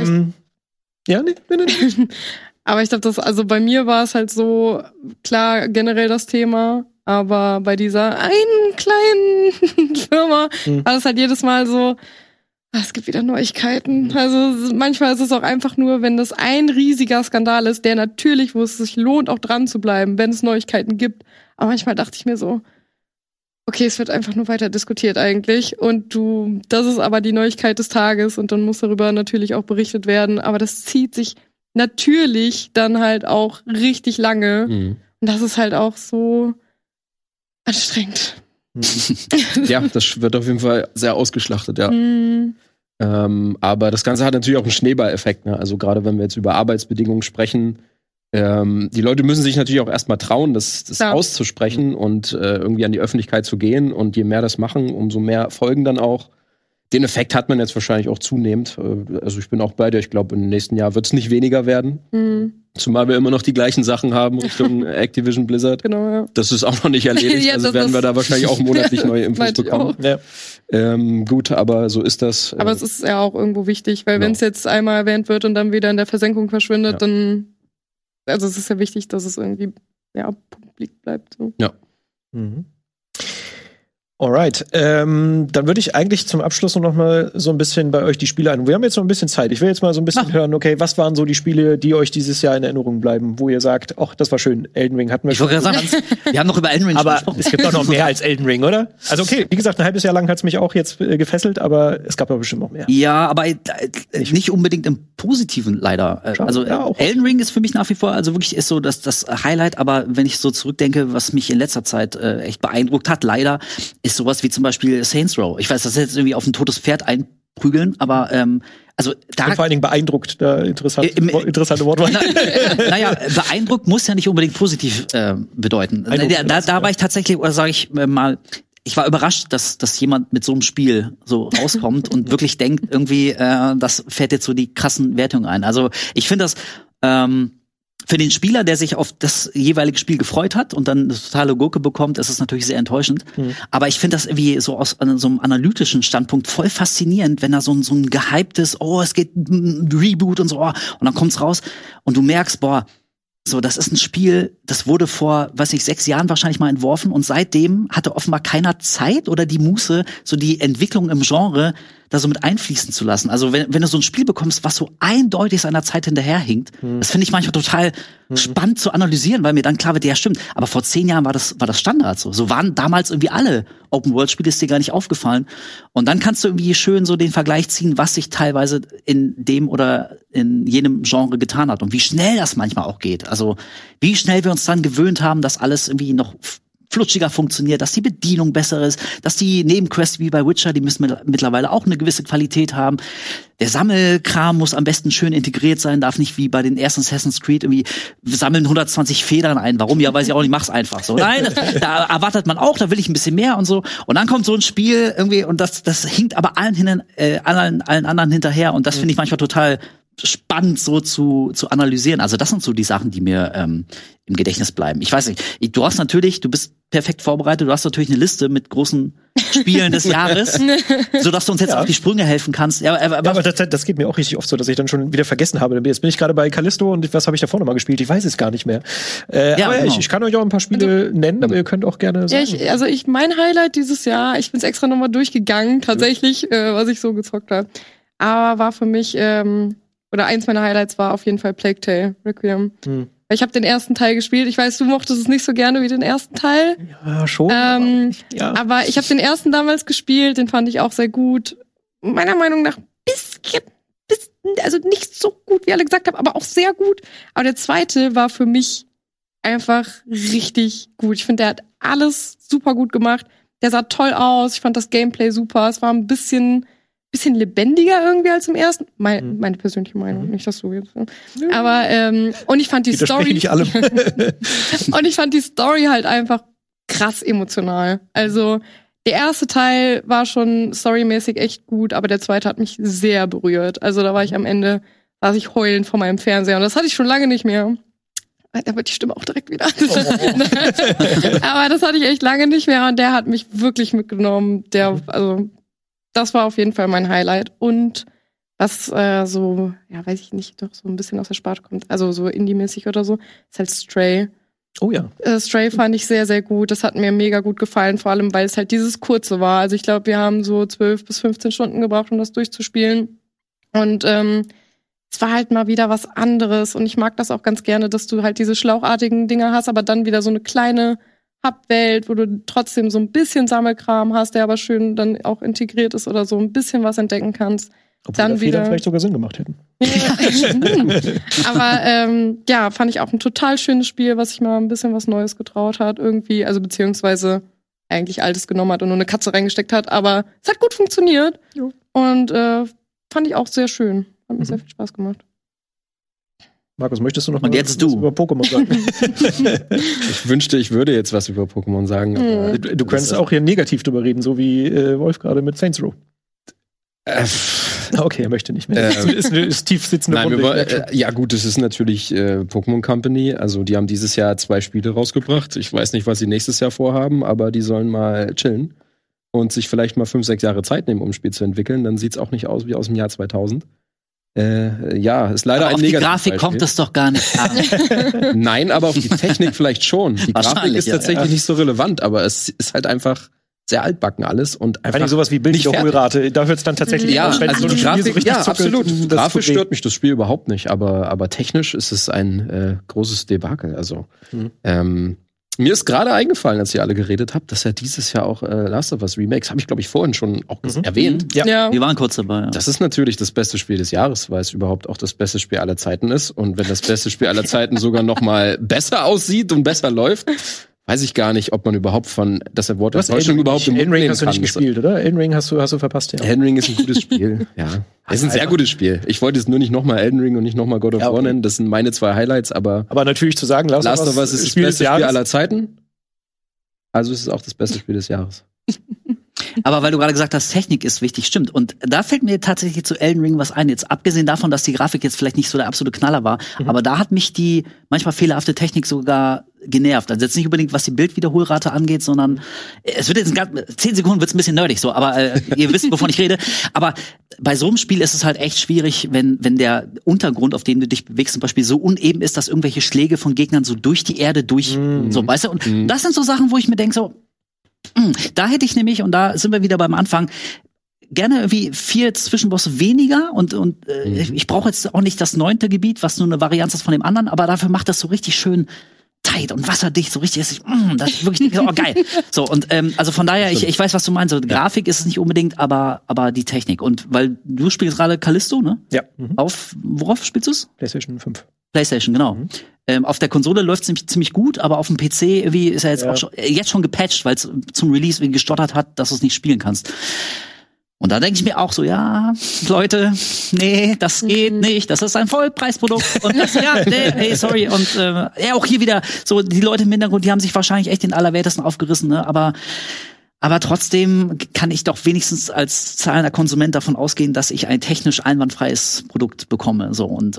Nee. Aber ich glaube, also bei mir war es halt so, klar, generell das Thema, aber bei dieser einen kleinen Firma war das halt jedes Mal so, es gibt wieder Neuigkeiten. Also manchmal ist es auch einfach nur, wenn das ein riesiger Skandal ist, der natürlich, wo es sich lohnt, auch dran zu bleiben, wenn es Neuigkeiten gibt. Aber manchmal dachte ich mir so, okay, es wird einfach nur weiter diskutiert eigentlich und das ist aber die Neuigkeit des Tages und dann muss darüber natürlich auch berichtet werden, aber das zieht sich natürlich dann halt auch richtig lange und das ist halt auch so anstrengend. Ja, das wird auf jeden Fall sehr ausgeschlachtet, ja. Aber das Ganze hat natürlich auch einen Schneeball-Effekt, ne? Also gerade wenn wir jetzt über Arbeitsbedingungen sprechen, die Leute müssen sich natürlich auch erstmal trauen, das auszusprechen und irgendwie an die Öffentlichkeit zu gehen. Und je mehr das machen, umso mehr folgen dann auch. Den Effekt hat man jetzt wahrscheinlich auch zunehmend. Also ich bin auch bei dir. Ich glaube, im nächsten Jahr wird es nicht weniger werden. Zumal wir immer noch die gleichen Sachen haben Richtung Activision Blizzard. Genau, ja. Das ist auch noch nicht erledigt. Also werden wir da wahrscheinlich auch monatlich neue Infos bekommen. Ja. Gut, aber so ist das. Aber es ist ja auch irgendwo wichtig, weil wenn es jetzt einmal erwähnt wird und dann wieder in der Versenkung verschwindet, dann also es ist ja wichtig, dass es irgendwie publik bleibt. So. Ja. Alright, dann würde ich eigentlich zum Abschluss noch mal so ein bisschen bei euch die Spiele ein. Wir haben jetzt noch ein bisschen Zeit. Ich will jetzt mal so ein bisschen hören, okay, was waren so die Spiele, die euch dieses Jahr in Erinnerung bleiben, wo ihr sagt, ach, das war schön, Elden Ring hatten wir schon. Ich wollte gerade sagen, wir haben noch über Elden Ring gesprochen. Aber es gibt doch noch mehr als Elden Ring, oder? Also okay, wie gesagt, ein halbes Jahr lang hat's mich auch jetzt gefesselt, aber es gab doch bestimmt noch mehr. Ja, aber nicht unbedingt im Positiven leider. Also Elden Ring ist für mich nach wie vor, also wirklich ist so das Highlight, aber wenn ich so zurückdenke, was mich in letzter Zeit echt beeindruckt hat, leider, ist sowas wie zum Beispiel Saints Row. Ich weiß, das ist jetzt irgendwie auf ein totes Pferd einprügeln, aber also da und vor allen Dingen beeindruckt, da interessante Wortwahl. Naja, beeindruckt muss ja nicht unbedingt positiv bedeuten. Da war ich tatsächlich, oder sage ich mal, ich war überrascht, dass jemand mit so einem Spiel so rauskommt und wirklich denkt, irgendwie, das fährt jetzt so die krassen Wertungen ein. Also ich finde das für den Spieler, der sich auf das jeweilige Spiel gefreut hat und dann eine totale Gurke bekommt, ist es natürlich sehr enttäuschend. Aber ich finde das irgendwie so aus so einem analytischen Standpunkt voll faszinierend, wenn da so ein gehyptes, es geht ein Reboot und so, und dann kommt's raus und du merkst, so, das ist ein Spiel, das wurde vor, 6 Jahren wahrscheinlich mal entworfen und seitdem hatte offenbar keiner Zeit oder die Muße, so die Entwicklung im Genre da so mit einfließen zu lassen. Also wenn du so ein Spiel bekommst, was so eindeutig seiner Zeit hinterherhinkt, das finde ich manchmal total spannend zu analysieren, weil mir dann klar wird, ja stimmt, aber vor 10 Jahren war das Standard so. So waren damals irgendwie alle Open-World-Spiele, ist dir gar nicht aufgefallen. Und dann kannst du irgendwie schön so den Vergleich ziehen, was sich teilweise in dem oder in jenem Genre getan hat und wie schnell das manchmal auch geht. Also wie schnell wir uns dann gewöhnt haben, dass alles irgendwie noch flutschiger funktioniert, dass die Bedienung besser ist, dass die Nebenquests wie bei Witcher, die müssen mittlerweile auch eine gewisse Qualität haben. Der Sammelkram muss am besten schön integriert sein, darf nicht wie bei den ersten Assassin's Creed irgendwie sammeln 120 Federn ein. Warum? Ja, weiß ich auch nicht, mach's einfach so. Nein, da erwartet man auch, da will ich ein bisschen mehr und so. Und dann kommt so ein Spiel irgendwie und das hinkt aber allen anderen hinterher und das finde ich manchmal total spannend so zu analysieren. Also das sind so die Sachen, die mir im Gedächtnis bleiben. Ich weiß nicht, du bist perfekt vorbereitet, du hast natürlich eine Liste mit großen Spielen des Jahres, sodass du uns jetzt auf die Sprünge helfen kannst. Aber das geht mir auch richtig oft so, dass ich dann schon wieder vergessen habe. Jetzt bin ich gerade bei Callisto und was habe ich davor noch mal gespielt? Ich weiß es gar nicht mehr. Aber genau. ich kann euch auch ein paar Spiele nennen, aber ihr könnt auch gerne sagen. Ja, mein Highlight dieses Jahr, ich bin's extra noch mal durchgegangen, tatsächlich, was ich so gezockt habe. Aber war für mich oder eins meiner Highlights war auf jeden Fall Plague Tale Requiem. Ich habe den ersten Teil gespielt. Ich weiß, du mochtest es nicht so gerne wie den ersten Teil. Ja, schon. Aber ich habe den ersten damals gespielt, den fand ich auch sehr gut. Meiner Meinung nach also nicht so gut, wie alle gesagt haben, aber auch sehr gut. Aber der zweite war für mich einfach richtig gut. Ich finde, der hat alles super gut gemacht. Der sah toll aus. Ich fand das Gameplay super. Es war ein bisschen lebendiger irgendwie als im ersten. Meine persönliche Meinung, nicht, dass du jetzt. Aber und ich fand die Story nicht allem. und ich fand die Story halt einfach krass emotional. Also der erste Teil war schon storymäßig echt gut, aber der zweite hat mich sehr berührt. Also da war ich am Ende, saß ich heulend vor meinem Fernseher und das hatte ich schon lange nicht mehr. Da wird die Stimme auch direkt wieder. Aber das hatte ich echt lange nicht mehr und der hat mich wirklich mitgenommen. Das war auf jeden Fall mein Highlight. Und was weiß ich nicht, doch so ein bisschen aus der Sparte kommt, also so Indie-mäßig oder so, ist halt Stray. Oh ja. Stray fand ich sehr, sehr gut. Das hat mir mega gut gefallen, vor allem, weil es halt dieses Kurze war. Also ich glaube, wir haben so 12 bis 15 Stunden gebraucht, um das durchzuspielen. Und es war halt mal wieder was anderes. Und ich mag das auch ganz gerne, dass du halt diese schlauchartigen Dinger hast, aber dann wieder so eine kleine Hub-Welt, wo du trotzdem so ein bisschen Sammelkram hast, der aber schön dann auch integriert ist oder so ein bisschen was entdecken kannst. Obwohl dann wieder vielleicht sogar Sinn gemacht hätten. Aber fand ich auch ein total schönes Spiel, was sich mal ein bisschen was Neues getraut hat irgendwie, also beziehungsweise eigentlich Altes genommen hat und nur eine Katze reingesteckt hat, aber es hat gut funktioniert. Ja. Und fand ich auch sehr schön. Hat mir sehr viel Spaß gemacht. Markus, möchtest du noch mal was über Pokémon sagen? Ich wünschte, ich würde jetzt was über Pokémon sagen. Aber du könntest auch hier negativ drüber reden, so wie Wolf gerade mit Saints Row. Okay, er möchte nicht mehr. Ist eine tief sitzende Runde. Ja gut, es ist natürlich Pokémon Company. Also die haben dieses Jahr 2 Spiele rausgebracht. Ich weiß nicht, was sie nächstes Jahr vorhaben, aber die sollen mal chillen und sich vielleicht mal 5, 6 Jahre Zeit nehmen, um ein Spiel zu entwickeln. Dann sieht's auch nicht aus wie aus dem Jahr 2000. Ist leider aber ein negatives Beispiel. Auf die Grafik kommt es doch gar nicht an. Nein, aber auf die Technik vielleicht schon. Die Grafik ist tatsächlich nicht so relevant, aber es ist halt einfach sehr altbacken alles und einfach nicht sowas wie Bildwiederholrate. Da hört es dann tatsächlich auf, wenn also so die Grafik, so ja, absolut. Grafisch stört mich das Spiel überhaupt nicht, aber technisch ist es ein großes Debakel. Also mir ist gerade eingefallen, als ihr alle geredet habt, dass ja dieses Jahr auch Last of Us Remakes, habe ich glaube ich vorhin schon auch erwähnt. Ja, wir waren kurz dabei. Ja. Das ist natürlich das beste Spiel des Jahres, weil es überhaupt auch das beste Spiel aller Zeiten ist. Und wenn das beste Spiel aller Zeiten sogar noch mal besser aussieht und besser läuft, weiß ich gar nicht, ob man überhaupt von das Wort Enttäuschung überhaupt im Mund nehmen kann. Elden Ring hast du nicht gespielt, oder? Elden Ring hast du verpasst, ja. Elden Ring ist ein gutes Spiel, ja. Es ist ein sehr gutes Spiel. Ich wollte jetzt nur nicht nochmal Elden Ring und nicht nochmal God of War nennen. Das sind meine 2 Highlights, aber natürlich zu sagen, Last of Us ist das beste Spiel aller Zeiten. Also es ist auch das beste Spiel des Jahres. Aber weil du gerade gesagt hast, Technik ist wichtig, stimmt. Und da fällt mir tatsächlich zu Elden Ring was ein. Jetzt abgesehen davon, dass die Grafik jetzt vielleicht nicht so der absolute Knaller war, aber da hat mich die manchmal fehlerhafte Technik sogar genervt. Also jetzt nicht unbedingt, was die Bildwiederholrate angeht, sondern es wird jetzt in 10 Sekunden wird's ein bisschen nerdig so, aber ihr wisst, wovon ich rede. Aber bei so einem Spiel ist es halt echt schwierig, wenn der Untergrund, auf dem du dich bewegst, zum Beispiel so uneben ist, dass irgendwelche Schläge von Gegnern so durch die Erde so, weißt du? Und das sind so Sachen, wo ich mir denke so, da hätte ich nämlich, und da sind wir wieder beim Anfang, gerne irgendwie 4 Zwischenbosse weniger und ich brauche jetzt auch nicht das 9. Gebiet, was nur eine Varianz ist von dem anderen, aber dafür macht das so richtig schön tight und wasserdicht, so richtig, das ist wirklich geil. So, und also von daher, ich weiß, was du meinst. So, Grafik ist es nicht unbedingt, aber die Technik. Und weil du spielst gerade Callisto, ne? Ja. Worauf spielst du's? PlayStation 5. PlayStation, genau. Auf der Konsole läuft es ziemlich gut, aber auf dem PC irgendwie ist er jetzt auch schon gepatcht, weil es zum Release irgendwie gestottert hat, dass du es nicht spielen kannst. Und da denke ich mir auch so, ja, Leute, nee, das geht nicht, das ist ein Vollpreisprodukt. Und das, sorry. Und auch hier wieder, so die Leute im Hintergrund, die haben sich wahrscheinlich echt den Allerwertesten aufgerissen, ne? Aber trotzdem kann ich doch wenigstens als zahlender Konsument davon ausgehen, dass ich ein technisch einwandfreies Produkt bekomme. So und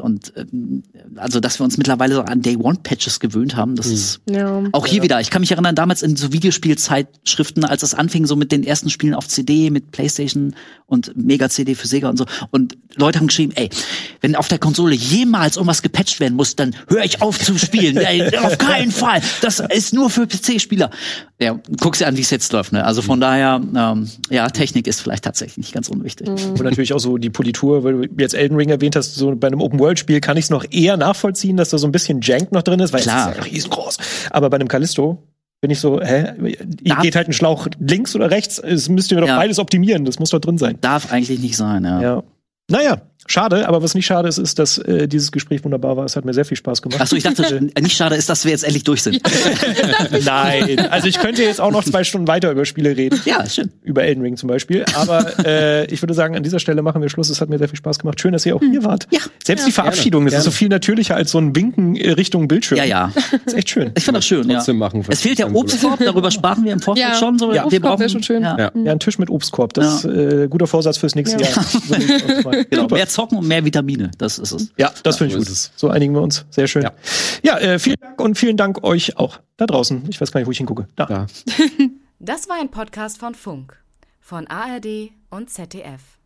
also, dass wir uns mittlerweile so an Day-One-Patches gewöhnt haben, das ist auch hier wieder. Ich kann mich erinnern, damals in so Videospielzeitschriften, als es anfing, so mit den ersten Spielen auf CD, mit PlayStation und Mega-CD für Sega und so. Und Leute haben geschrieben, ey, wenn auf der Konsole jemals irgendwas gepatcht werden muss, dann höre ich auf zu spielen. Ey, auf keinen Fall. Das ist nur für PC-Spieler. Ja, guck's dir an, wie es jetzt läuft, ne? Also von daher, Technik ist vielleicht tatsächlich nicht ganz unwichtig. Und natürlich auch so die Politur, weil du jetzt Elden Ring erwähnt hast, so bei einem Open-World-Spiel kann ich es noch eher nachvollziehen, dass da so ein bisschen Jank noch drin ist, weil klar, es ist ja riesengroß. Aber bei einem Callisto bin ich so, geht halt ein Schlauch links oder rechts? Es müsst ihr doch beides optimieren, das muss doch drin sein. Darf eigentlich nicht sein, ja. Naja, schade, aber was nicht schade ist, dass dieses Gespräch wunderbar war. Es hat mir sehr viel Spaß gemacht. Achso, ich dachte, nicht schade ist, dass wir jetzt endlich durch sind. Nein, also ich könnte jetzt auch noch 2 Stunden weiter über Spiele reden. Ja, schön. Über Elden Ring zum Beispiel. Aber ich würde sagen, an dieser Stelle machen wir Schluss. Es hat mir sehr viel Spaß gemacht. Schön, dass ihr auch hier wart. Ja. Selbst die Verabschiedung, das ist so viel natürlicher als so ein Winken Richtung Bildschirm. Ja. Das ist echt schön. Ich finde das schön, Trotzdem machen. Es fehlt der Obstkorb, darüber sprachen wir im Vorfeld schon. So, Obstkorb wäre schon schön. Ja, ein Tisch mit Obstkorb. Das ist guter Vorsatz fürs nächste Jahr. Genau, mehr zocken und mehr Vitamine. Das ist es. Ja, das finde ich gut. So einigen wir uns. Sehr schön. Ja, vielen Dank und vielen Dank euch auch da draußen. Ich weiß gar nicht, wo ich hingucke. Da. Das war ein Podcast von Funk, von ARD und ZDF.